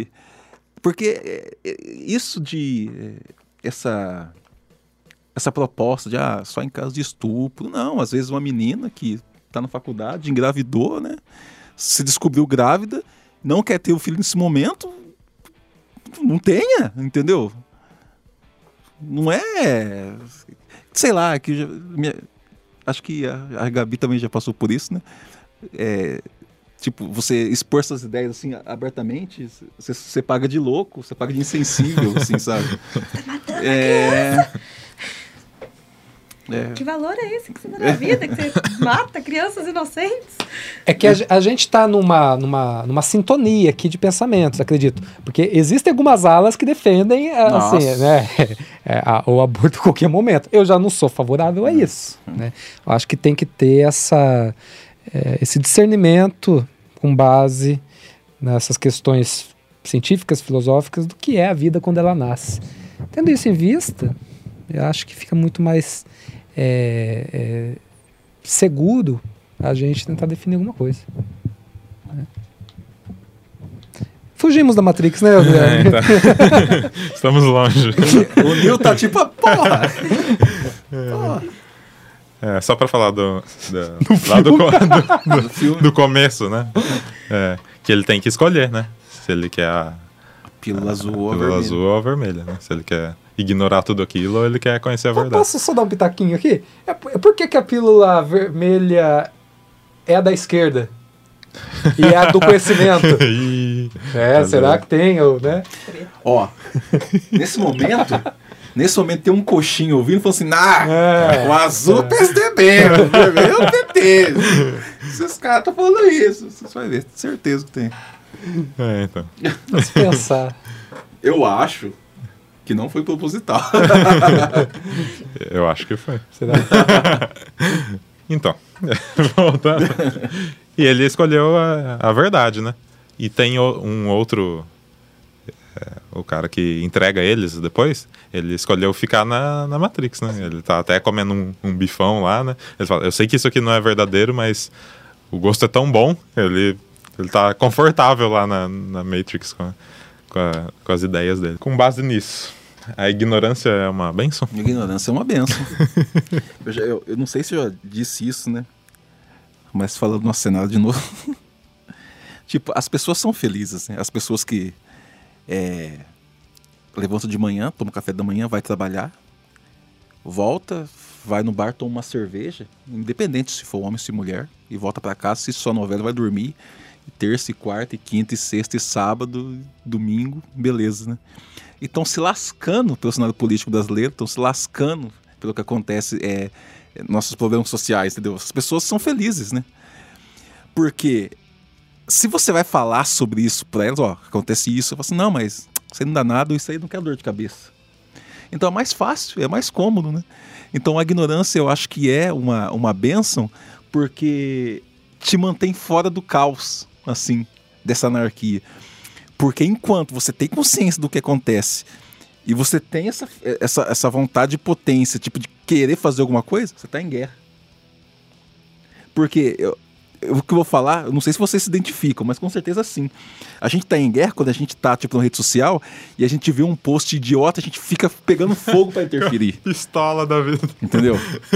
S3: isso de essa proposta de só em caso de estupro, não, às vezes uma menina que está na faculdade, engravidou, né, se descobriu grávida, não quer ter o filho nesse momento, não tenha, entendeu? Não é, sei lá, acho que a Gabi também já passou por isso, né? Tipo, você expor suas ideias assim abertamente, você paga de louco, você paga de insensível, assim, sabe?
S4: Tá matando a criança! Que valor é esse que você dá na vida? Que você mata crianças inocentes?
S2: É que a gente está numa sintonia aqui de pensamentos, acredito. Porque existem algumas alas que defendem assim, né, o aborto a qualquer momento. Eu já não sou favorável a isso. Né? Eu acho que tem que ter esse discernimento com base nessas questões científicas, filosóficas, do que é a vida quando ela nasce. Tendo isso em vista, eu acho que fica muito mais seguro a gente tentar definir alguma coisa. Fugimos da Matrix, né, Guilherme?
S1: Tá. Estamos longe.
S3: O Neo tá tipo, porra!
S1: Só pra falar do
S3: filme.
S1: do começo, né? Que ele tem que escolher, né? Se ele quer a
S3: Pílula azul ou a
S1: pílula
S3: vermelha.
S1: azul ou a vermelha, né? Se ele quer ignorar tudo aquilo ou ele quer conhecer a verdade.
S2: Posso só dar um pitaquinho aqui? Por que a pílula vermelha é a da esquerda? E é a do conhecimento? Será que tem, né?
S3: Ó, nesse momento tem um coxinho ouvindo e falando assim, o azul é o PSDB, o vermelho é o PT. Esses caras estão falando isso, você vai ver, certeza que tem.
S1: Então.
S2: Vamos pensar.
S3: Eu acho que não foi proposital.
S1: Eu acho que foi.
S2: Será?
S1: Então, voltando. E ele escolheu a verdade, né? E tem um outro... o cara que entrega eles depois, ele escolheu ficar na Matrix, né? Ele tá até comendo um bifão lá, né? Ele fala, eu sei que isso aqui não é verdadeiro, mas o gosto é tão bom, ele tá confortável lá na Matrix com as ideias dele. Com base nisso, a ignorância é uma bênção?
S3: A ignorância é uma bênção. Eu não sei se eu já disse isso, né? Mas falando no cenário de novo. Tipo, as pessoas são felizes, né? As pessoas que levantam de manhã, tomam café da manhã, vai trabalhar, volta, vai no bar, toma uma cerveja, independente se for homem ou se mulher, e volta pra casa, se só novela, vai dormir, e terça, e quarta, e quinta, e sexta, e sábado, domingo, beleza, né? E estão se lascando pelo cenário político brasileiro, estão se lascando pelo que acontece, nossos problemas sociais, entendeu? As pessoas são felizes, né? Porque se você vai falar sobre isso pra elas, acontece isso, eu falo assim, não, mas isso aí não dá nada, isso aí não quer dor de cabeça. Então é mais fácil, é mais cômodo, né? Então a ignorância eu acho que é uma bênção, porque te mantém fora do caos, assim, dessa anarquia. Porque enquanto você tem consciência do que acontece e você tem essa vontade de potência, tipo de querer fazer alguma coisa, você tá em guerra. Porque o que eu vou falar, eu não sei se vocês se identificam, mas com certeza sim. A gente tá em guerra quando a gente tá, tipo, na rede social e a gente vê um post idiota, a gente fica pegando fogo pra interferir.
S1: Pistola da vida.
S3: Entendeu?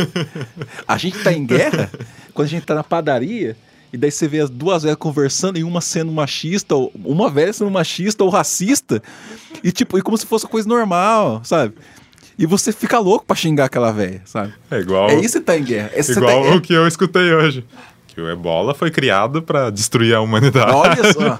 S3: A gente tá em guerra quando a gente tá na padaria e daí você vê as duas velhas conversando e uma sendo machista, ou uma velha sendo machista ou racista, e tipo, e como se fosse coisa normal, sabe? E você fica louco pra xingar aquela velha, sabe?
S1: É igual...
S3: É isso que tá em guerra.
S1: Igual o que eu escutei hoje. Que o Ebola foi criado pra destruir a humanidade.
S3: Olha só.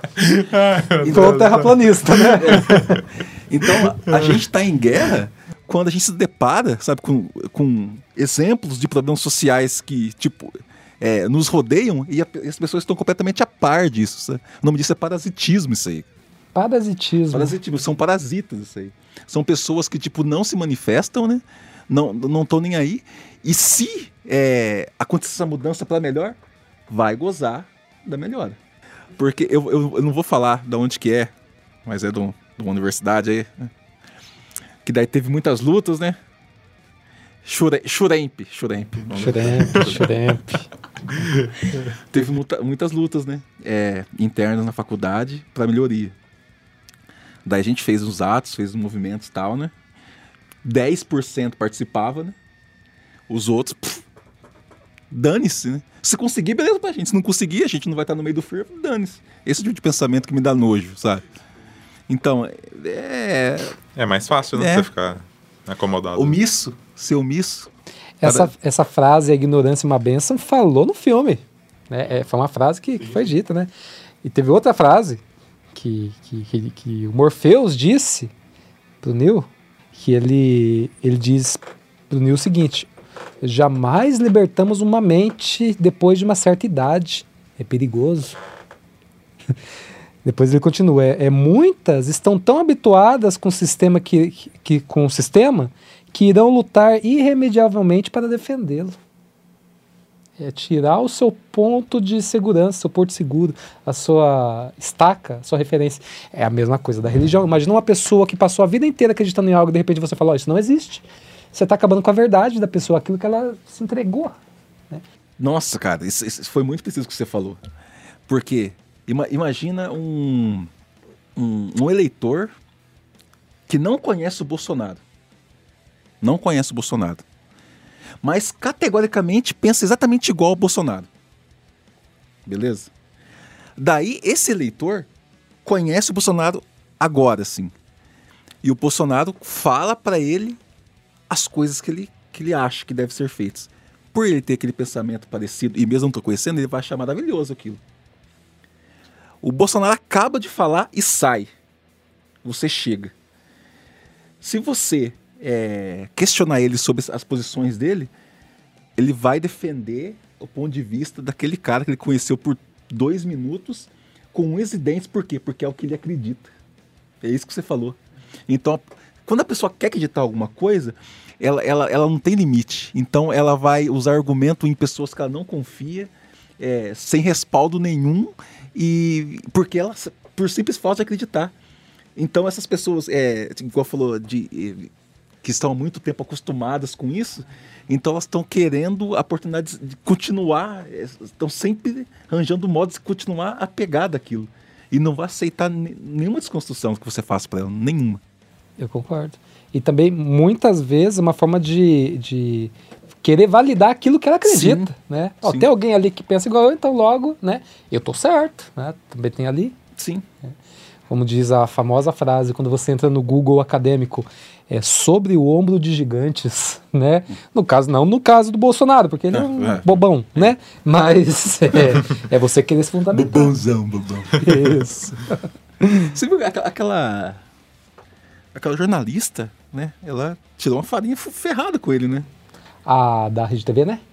S2: Então, terraplanista, né?
S3: Então, a gente tá em guerra quando a gente se depara, sabe, com exemplos de problemas sociais que, tipo, nos rodeiam e as pessoas estão completamente a par disso, sabe? O nome disso é parasitismo, isso aí.
S2: Parasitismo.
S3: São parasitas, isso aí. São pessoas que, tipo, não se manifestam, né? Não estão nem aí. E se acontecer essa mudança para melhor, vai gozar da melhora. Porque eu não vou falar de onde que é, mas é de uma universidade aí, né? Que daí teve muitas lutas, né? Xuremp. Teve muitas lutas, né? Internas na faculdade para melhoria. Daí a gente fez uns atos, fez uns movimentos e tal, né? 10% participava, né? Os outros, dane-se, né? Se conseguir, beleza pra gente. Se não conseguir, a gente não vai estar no meio do frio, dane-se. Esse tipo de pensamento que me dá nojo, sabe? Então,
S1: É mais fácil, né? Você ficar acomodado.
S3: Ser omisso.
S2: Essa frase, a ignorância é uma bênção, falou no filme. Né? Foi uma frase que foi dita, né? E teve outra frase que o Morpheus disse pro Neo, que ele diz pro Neo o seguinte: jamais libertamos uma mente depois de uma certa idade. É perigoso. Depois ele continua. Muitas estão tão habituadas com o sistema que irão lutar irremediavelmente para defendê-lo. É tirar o seu ponto de segurança, seu porto seguro, a sua estaca, a sua referência. É a mesma coisa da religião. Imagina uma pessoa que passou a vida inteira acreditando em algo e de repente você fala, isso não existe. Você está acabando com a verdade da pessoa, aquilo que ela se entregou. Né?
S3: Nossa, cara, isso foi muito preciso o que você falou. Porque imagina um eleitor que não conhece o Bolsonaro. Não conhece o Bolsonaro. Mas categoricamente pensa exatamente igual ao Bolsonaro. Beleza? Daí esse eleitor conhece o Bolsonaro agora, sim. E o Bolsonaro fala pra ele as coisas que ele acha que devem ser feitas. Por ele ter aquele pensamento parecido, e mesmo não tô conhecendo, ele vai achar maravilhoso aquilo. O Bolsonaro acaba de falar e sai. Você chega. Se você questionar ele sobre as posições dele, ele vai defender o ponto de vista daquele cara que ele conheceu por 2 minutos com unhas e dentes. Por quê? Porque é o que ele acredita. É isso que você falou. Então, quando a pessoa quer acreditar em alguma coisa, ela não tem limite. Então, ela vai usar argumento em pessoas que ela não confia, sem respaldo nenhum, e porque ela, por simples falta de acreditar. Então, essas pessoas, igual falou, que estão há muito tempo acostumadas com isso, então elas estão querendo a oportunidade de continuar, estão sempre arranjando modos de continuar apegado àquilo. E não vai aceitar nenhuma desconstrução que você faça para ela, nenhuma.
S2: Eu concordo. E também, muitas vezes, uma forma de querer validar aquilo que ela acredita. Né? Ó, tem alguém ali que pensa igual eu, então logo, né, eu tô certo. Né? Também tem ali.
S3: Sim.
S2: Como diz a famosa frase, quando você entra no Google acadêmico, sobre o ombro de gigantes, né? No caso do Bolsonaro, porque ele é um bobão, né? Mas é você querer se fundamentar.
S3: Bobãozão.
S2: Isso.
S3: Você viu aquela jornalista, né? Ela tirou uma farinha ferrada com ele, né?
S2: A da Rede TV, né?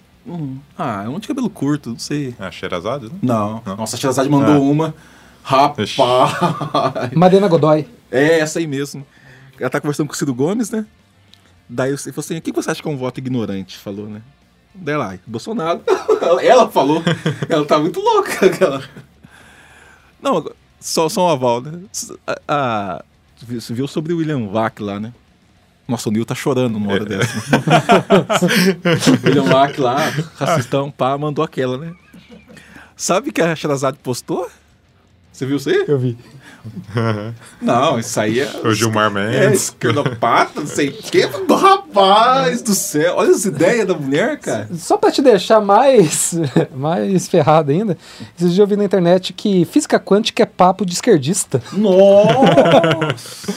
S3: É um de cabelo curto, não sei.
S1: É a Sherazade, né?
S3: Não. Nossa, a Sherazade mandou uma. Rapaz!
S2: Mariana Godoy.
S3: É, essa aí mesmo. Ela tá conversando com o Ciro Gomes, né? Daí eu falei assim, o que você acha que é um voto ignorante? Falou, né? Daí lá, Bolsonaro. Ela falou. Ela tá muito louca. Não, só um aval, né? Você viu sobre o William Vac lá, né? Nossa, o Nil tá chorando numa hora dessa. William Vac lá, racistão, mandou aquela, né? Sabe que a Sherazade postou? Você viu isso aí?
S2: Eu vi.
S3: Não, isso aí é...
S1: O Gilmar Mendes.
S3: Esquerdopata, não sei o que. Rapaz do céu. Olha as ideias da mulher, cara.
S2: Só pra te deixar mais ferrado ainda, esses dias eu vi na internet que física quântica é papo de esquerdista.
S3: Nossa!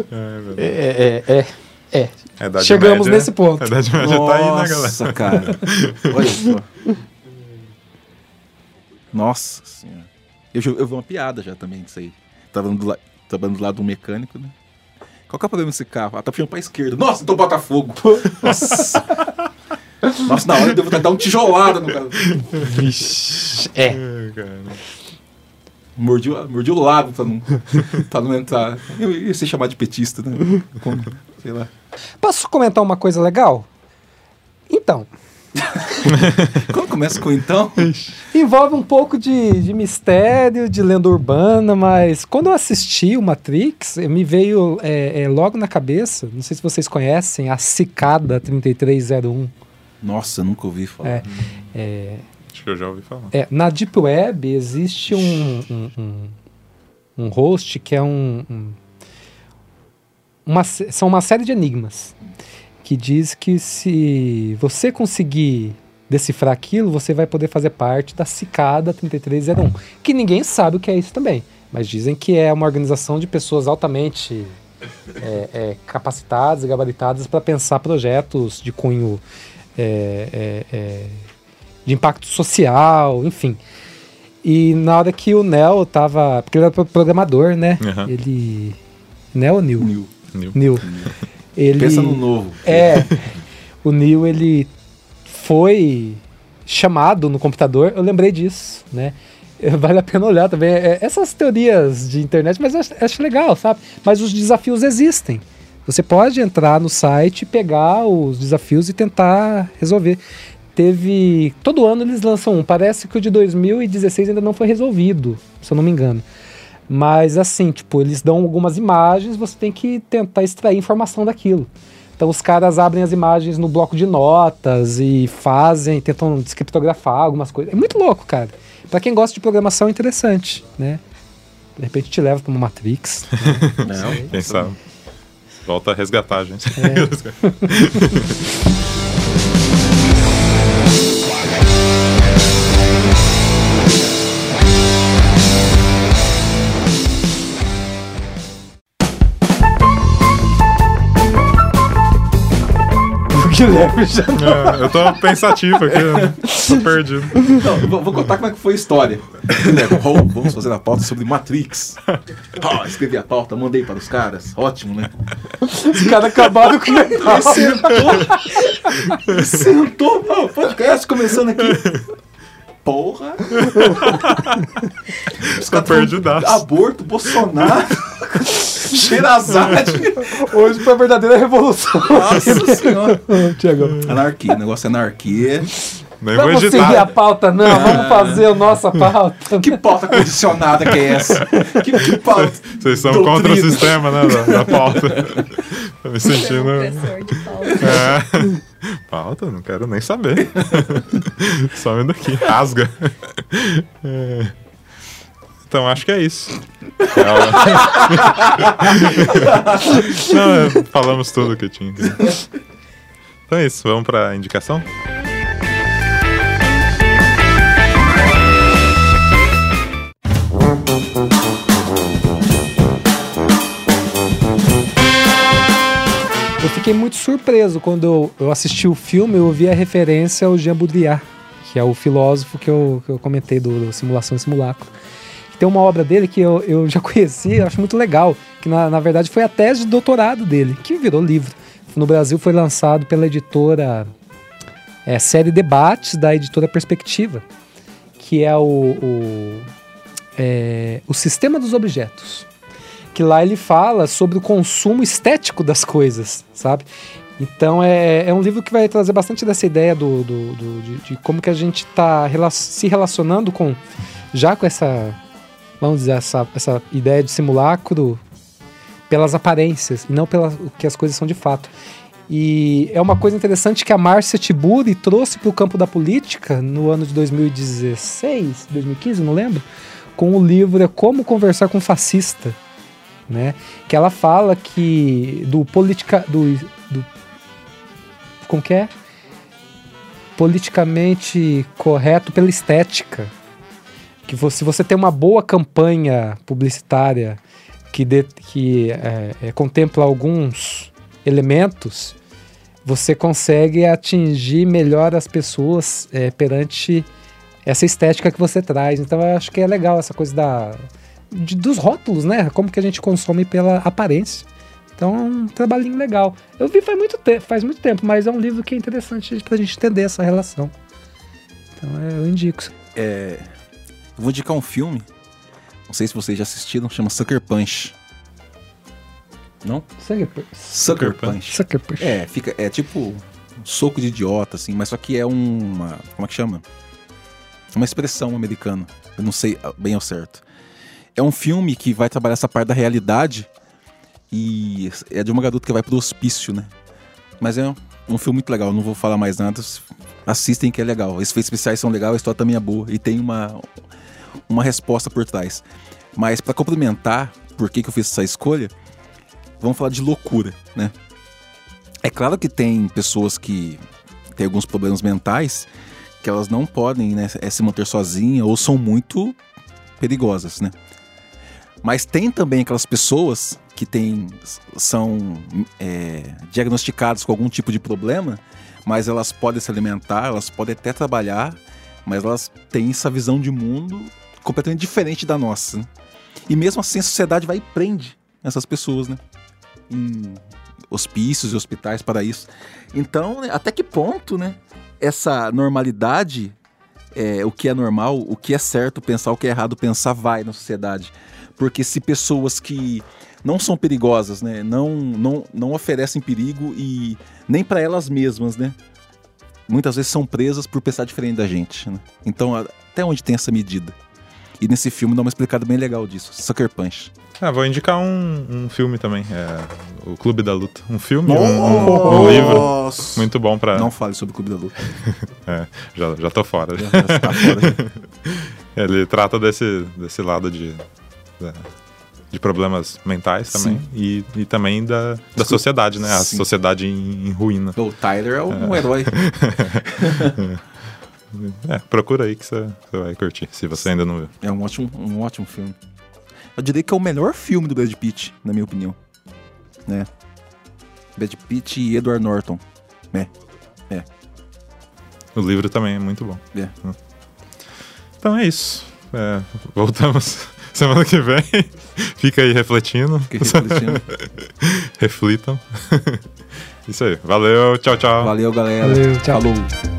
S2: Chegamos nesse ponto.
S1: A Idade Média tá aí, né, galera?
S3: Nossa, cara. Olha só. Nossa senhora. Eu vi uma piada já também disso aí. Trabalhando do lado de um mecânico, né? Qual que é o problema desse carro? Tá puxando pra esquerda. Nossa, então Botafogo. Nossa. Nossa, na hora eu devo dar um tijolada no cara.
S2: Vixe.
S3: Mordi o lado pra não entrar. Eu ia ser chamado de petista, né? Sei lá.
S2: Posso comentar uma coisa legal? Então...
S3: Quando começa com então?
S2: Envolve um pouco de mistério, de lenda urbana, mas quando eu assisti o Matrix, me veio logo na cabeça, não sei se vocês conhecem, a Cicada 3301.
S3: Nossa, nunca ouvi falar.
S1: Acho que eu já ouvi falar.
S2: Na Deep Web existe um host que é são uma série de enigmas que diz que se você conseguir decifrar aquilo, você vai poder fazer parte da Cicada 3301, que ninguém sabe o que é isso também, mas dizem que é uma organização de pessoas altamente capacitadas e gabaritadas para pensar projetos de cunho de impacto social, enfim. E na hora que o Neo tava... Porque ele era programador, né? Uhum. Ele... Neo ou Neo? Neo. Ele...
S3: Pensa no novo.
S2: O Neo, ele foi chamado no computador, eu lembrei disso, né? Vale a pena olhar também. Essas teorias de internet, mas eu acho legal, sabe? Mas os desafios existem. Você pode entrar no site, pegar os desafios e tentar resolver. teve... Todo ano eles lançam um. Parece que o de 2016 ainda não foi resolvido, se eu não me engano. Mas assim, tipo, eles dão algumas imagens, você tem que tentar extrair informação daquilo. Então os caras abrem as imagens no bloco de notas e tentam descriptografar algumas coisas. É muito louco, cara. Pra quem gosta de programação é interessante, né? De repente te leva pra uma Matrix.
S1: Não, quem sabe. Volta a resgatar, gente. Eu tô pensativo aqui, tô perdido.
S3: Não, vou contar como é que foi a história. Vamos fazer a pauta sobre Matrix. Escrevi a pauta, mandei para os caras. Ótimo, né?
S2: Os caras acabaram com o pauta.
S3: Sentou. Podcast começando aqui. Porra!
S1: Os caras perdidaço.
S3: Aborto, Bolsonaro, Xerazade.
S2: Hoje foi a verdadeira revolução.
S3: Nossa senhora.
S2: Tiago.
S3: Anarquia, o negócio é anarquia.
S1: Nem vou
S2: Vamos
S1: editar.
S2: seguir a pauta, não. Vamos fazer a nossa pauta.
S3: Que pauta condicionada que é essa? Que pauta?
S1: Vocês são
S3: Doutrina.
S1: contra o sistema, né, da pauta. Tô me sentindo...
S4: Professor de pauta.
S1: Pauta? Não quero nem saber. Some daqui. Rasga. Então, acho que é isso. Não, falamos tudo que tinha. Então é isso. Vamos pra indicação?
S2: Eu fiquei muito surpreso quando eu assisti o filme, eu ouvi a referência ao Jean Baudrillard, que é o filósofo que eu comentei do Simulação e Simulacro. Tem uma obra dele que eu já conheci, eu acho muito legal, que na verdade foi a tese de doutorado dele, que virou livro. No Brasil foi lançado pela editora Série Debates, da editora Perspectiva, que é o Sistema dos Objetos. Que lá ele fala sobre o consumo estético das coisas, sabe? Então é um livro que vai trazer bastante dessa ideia de como que a gente está se relacionando com essa, vamos dizer, essa ideia de simulacro pelas aparências e não pelo que as coisas são de fato. E é uma coisa interessante que a Márcia Tiburi trouxe para o campo da política no ano de 2016, 2015, não lembro, com o livro Como Conversar com um Fascista, né? Que ela fala que como que é? Politicamente correto pela estética. Que se você tem uma boa campanha publicitária que contempla alguns elementos, você consegue atingir melhor as pessoas perante essa estética que você traz. Então eu acho que é legal essa coisa dos rótulos, né? Como que a gente consome pela aparência. Então é um trabalhinho legal. Eu vi faz muito tempo, mas é um livro que é interessante pra gente entender essa relação. Então eu indico.
S3: Eu vou indicar um filme, não sei se vocês já assistiram, chama Sucker Punch. Não? Sucker Punch.
S2: Sucker Punch.
S3: É tipo um soco de idiota, assim, mas só que é uma... Como é que chama? Uma expressão americana. Eu não sei bem ao certo. É um filme que vai trabalhar essa parte da realidade e é de uma garota que vai pro hospício, né? Mas é um filme muito legal, não vou falar mais nada. Assistem que é legal. Os efeitos especiais são legais, a história também é boa e tem uma resposta por trás. Mas para complementar por que eu fiz essa escolha, vamos falar de loucura, né? É claro que tem pessoas que têm alguns problemas mentais que elas não podem, né, se manter sozinhas ou são muito perigosas, né? Mas tem também aquelas pessoas que são diagnosticadas com algum tipo de problema, mas elas podem se alimentar, elas podem até trabalhar, mas elas têm essa visão de mundo completamente diferente da nossa, né? E mesmo assim a sociedade vai e prende essas pessoas, né? Em hospícios e hospitais para isso. Então, né, até que ponto, né, essa normalidade, o que é normal, o que é certo pensar, o que é errado pensar, vai na sociedade. Porque se pessoas que não são perigosas, né, não oferecem perigo e nem para elas mesmas, né, muitas vezes são presas por pensar diferente da gente, né? Então, até onde tem essa medida? E nesse filme dá uma explicada bem legal disso, Sucker Punch.
S1: Vou indicar um filme também, o Clube da Luta. Um filme, um livro muito bom pra...
S3: Não fale sobre o Clube da Luta.
S1: Já tô fora.
S3: Já tá fora.
S1: Ele trata desse lado de problemas mentais também. E também da sociedade, né? A sociedade em ruína.
S3: O Tyler é um herói.
S1: Procura aí que você vai curtir, se você ainda não viu.
S3: É um ótimo filme. Eu diria que é o melhor filme do Brad Pitt, na minha opinião. Né? Brad Pitt e Edward Norton.
S1: O livro também é muito bom.
S3: É.
S1: Então é isso. Voltamos semana que vem. Fica aí refletindo. Reflitam. Isso aí. Valeu, tchau, tchau.
S3: Valeu, galera.
S2: Valeu, tchau.
S3: Falou.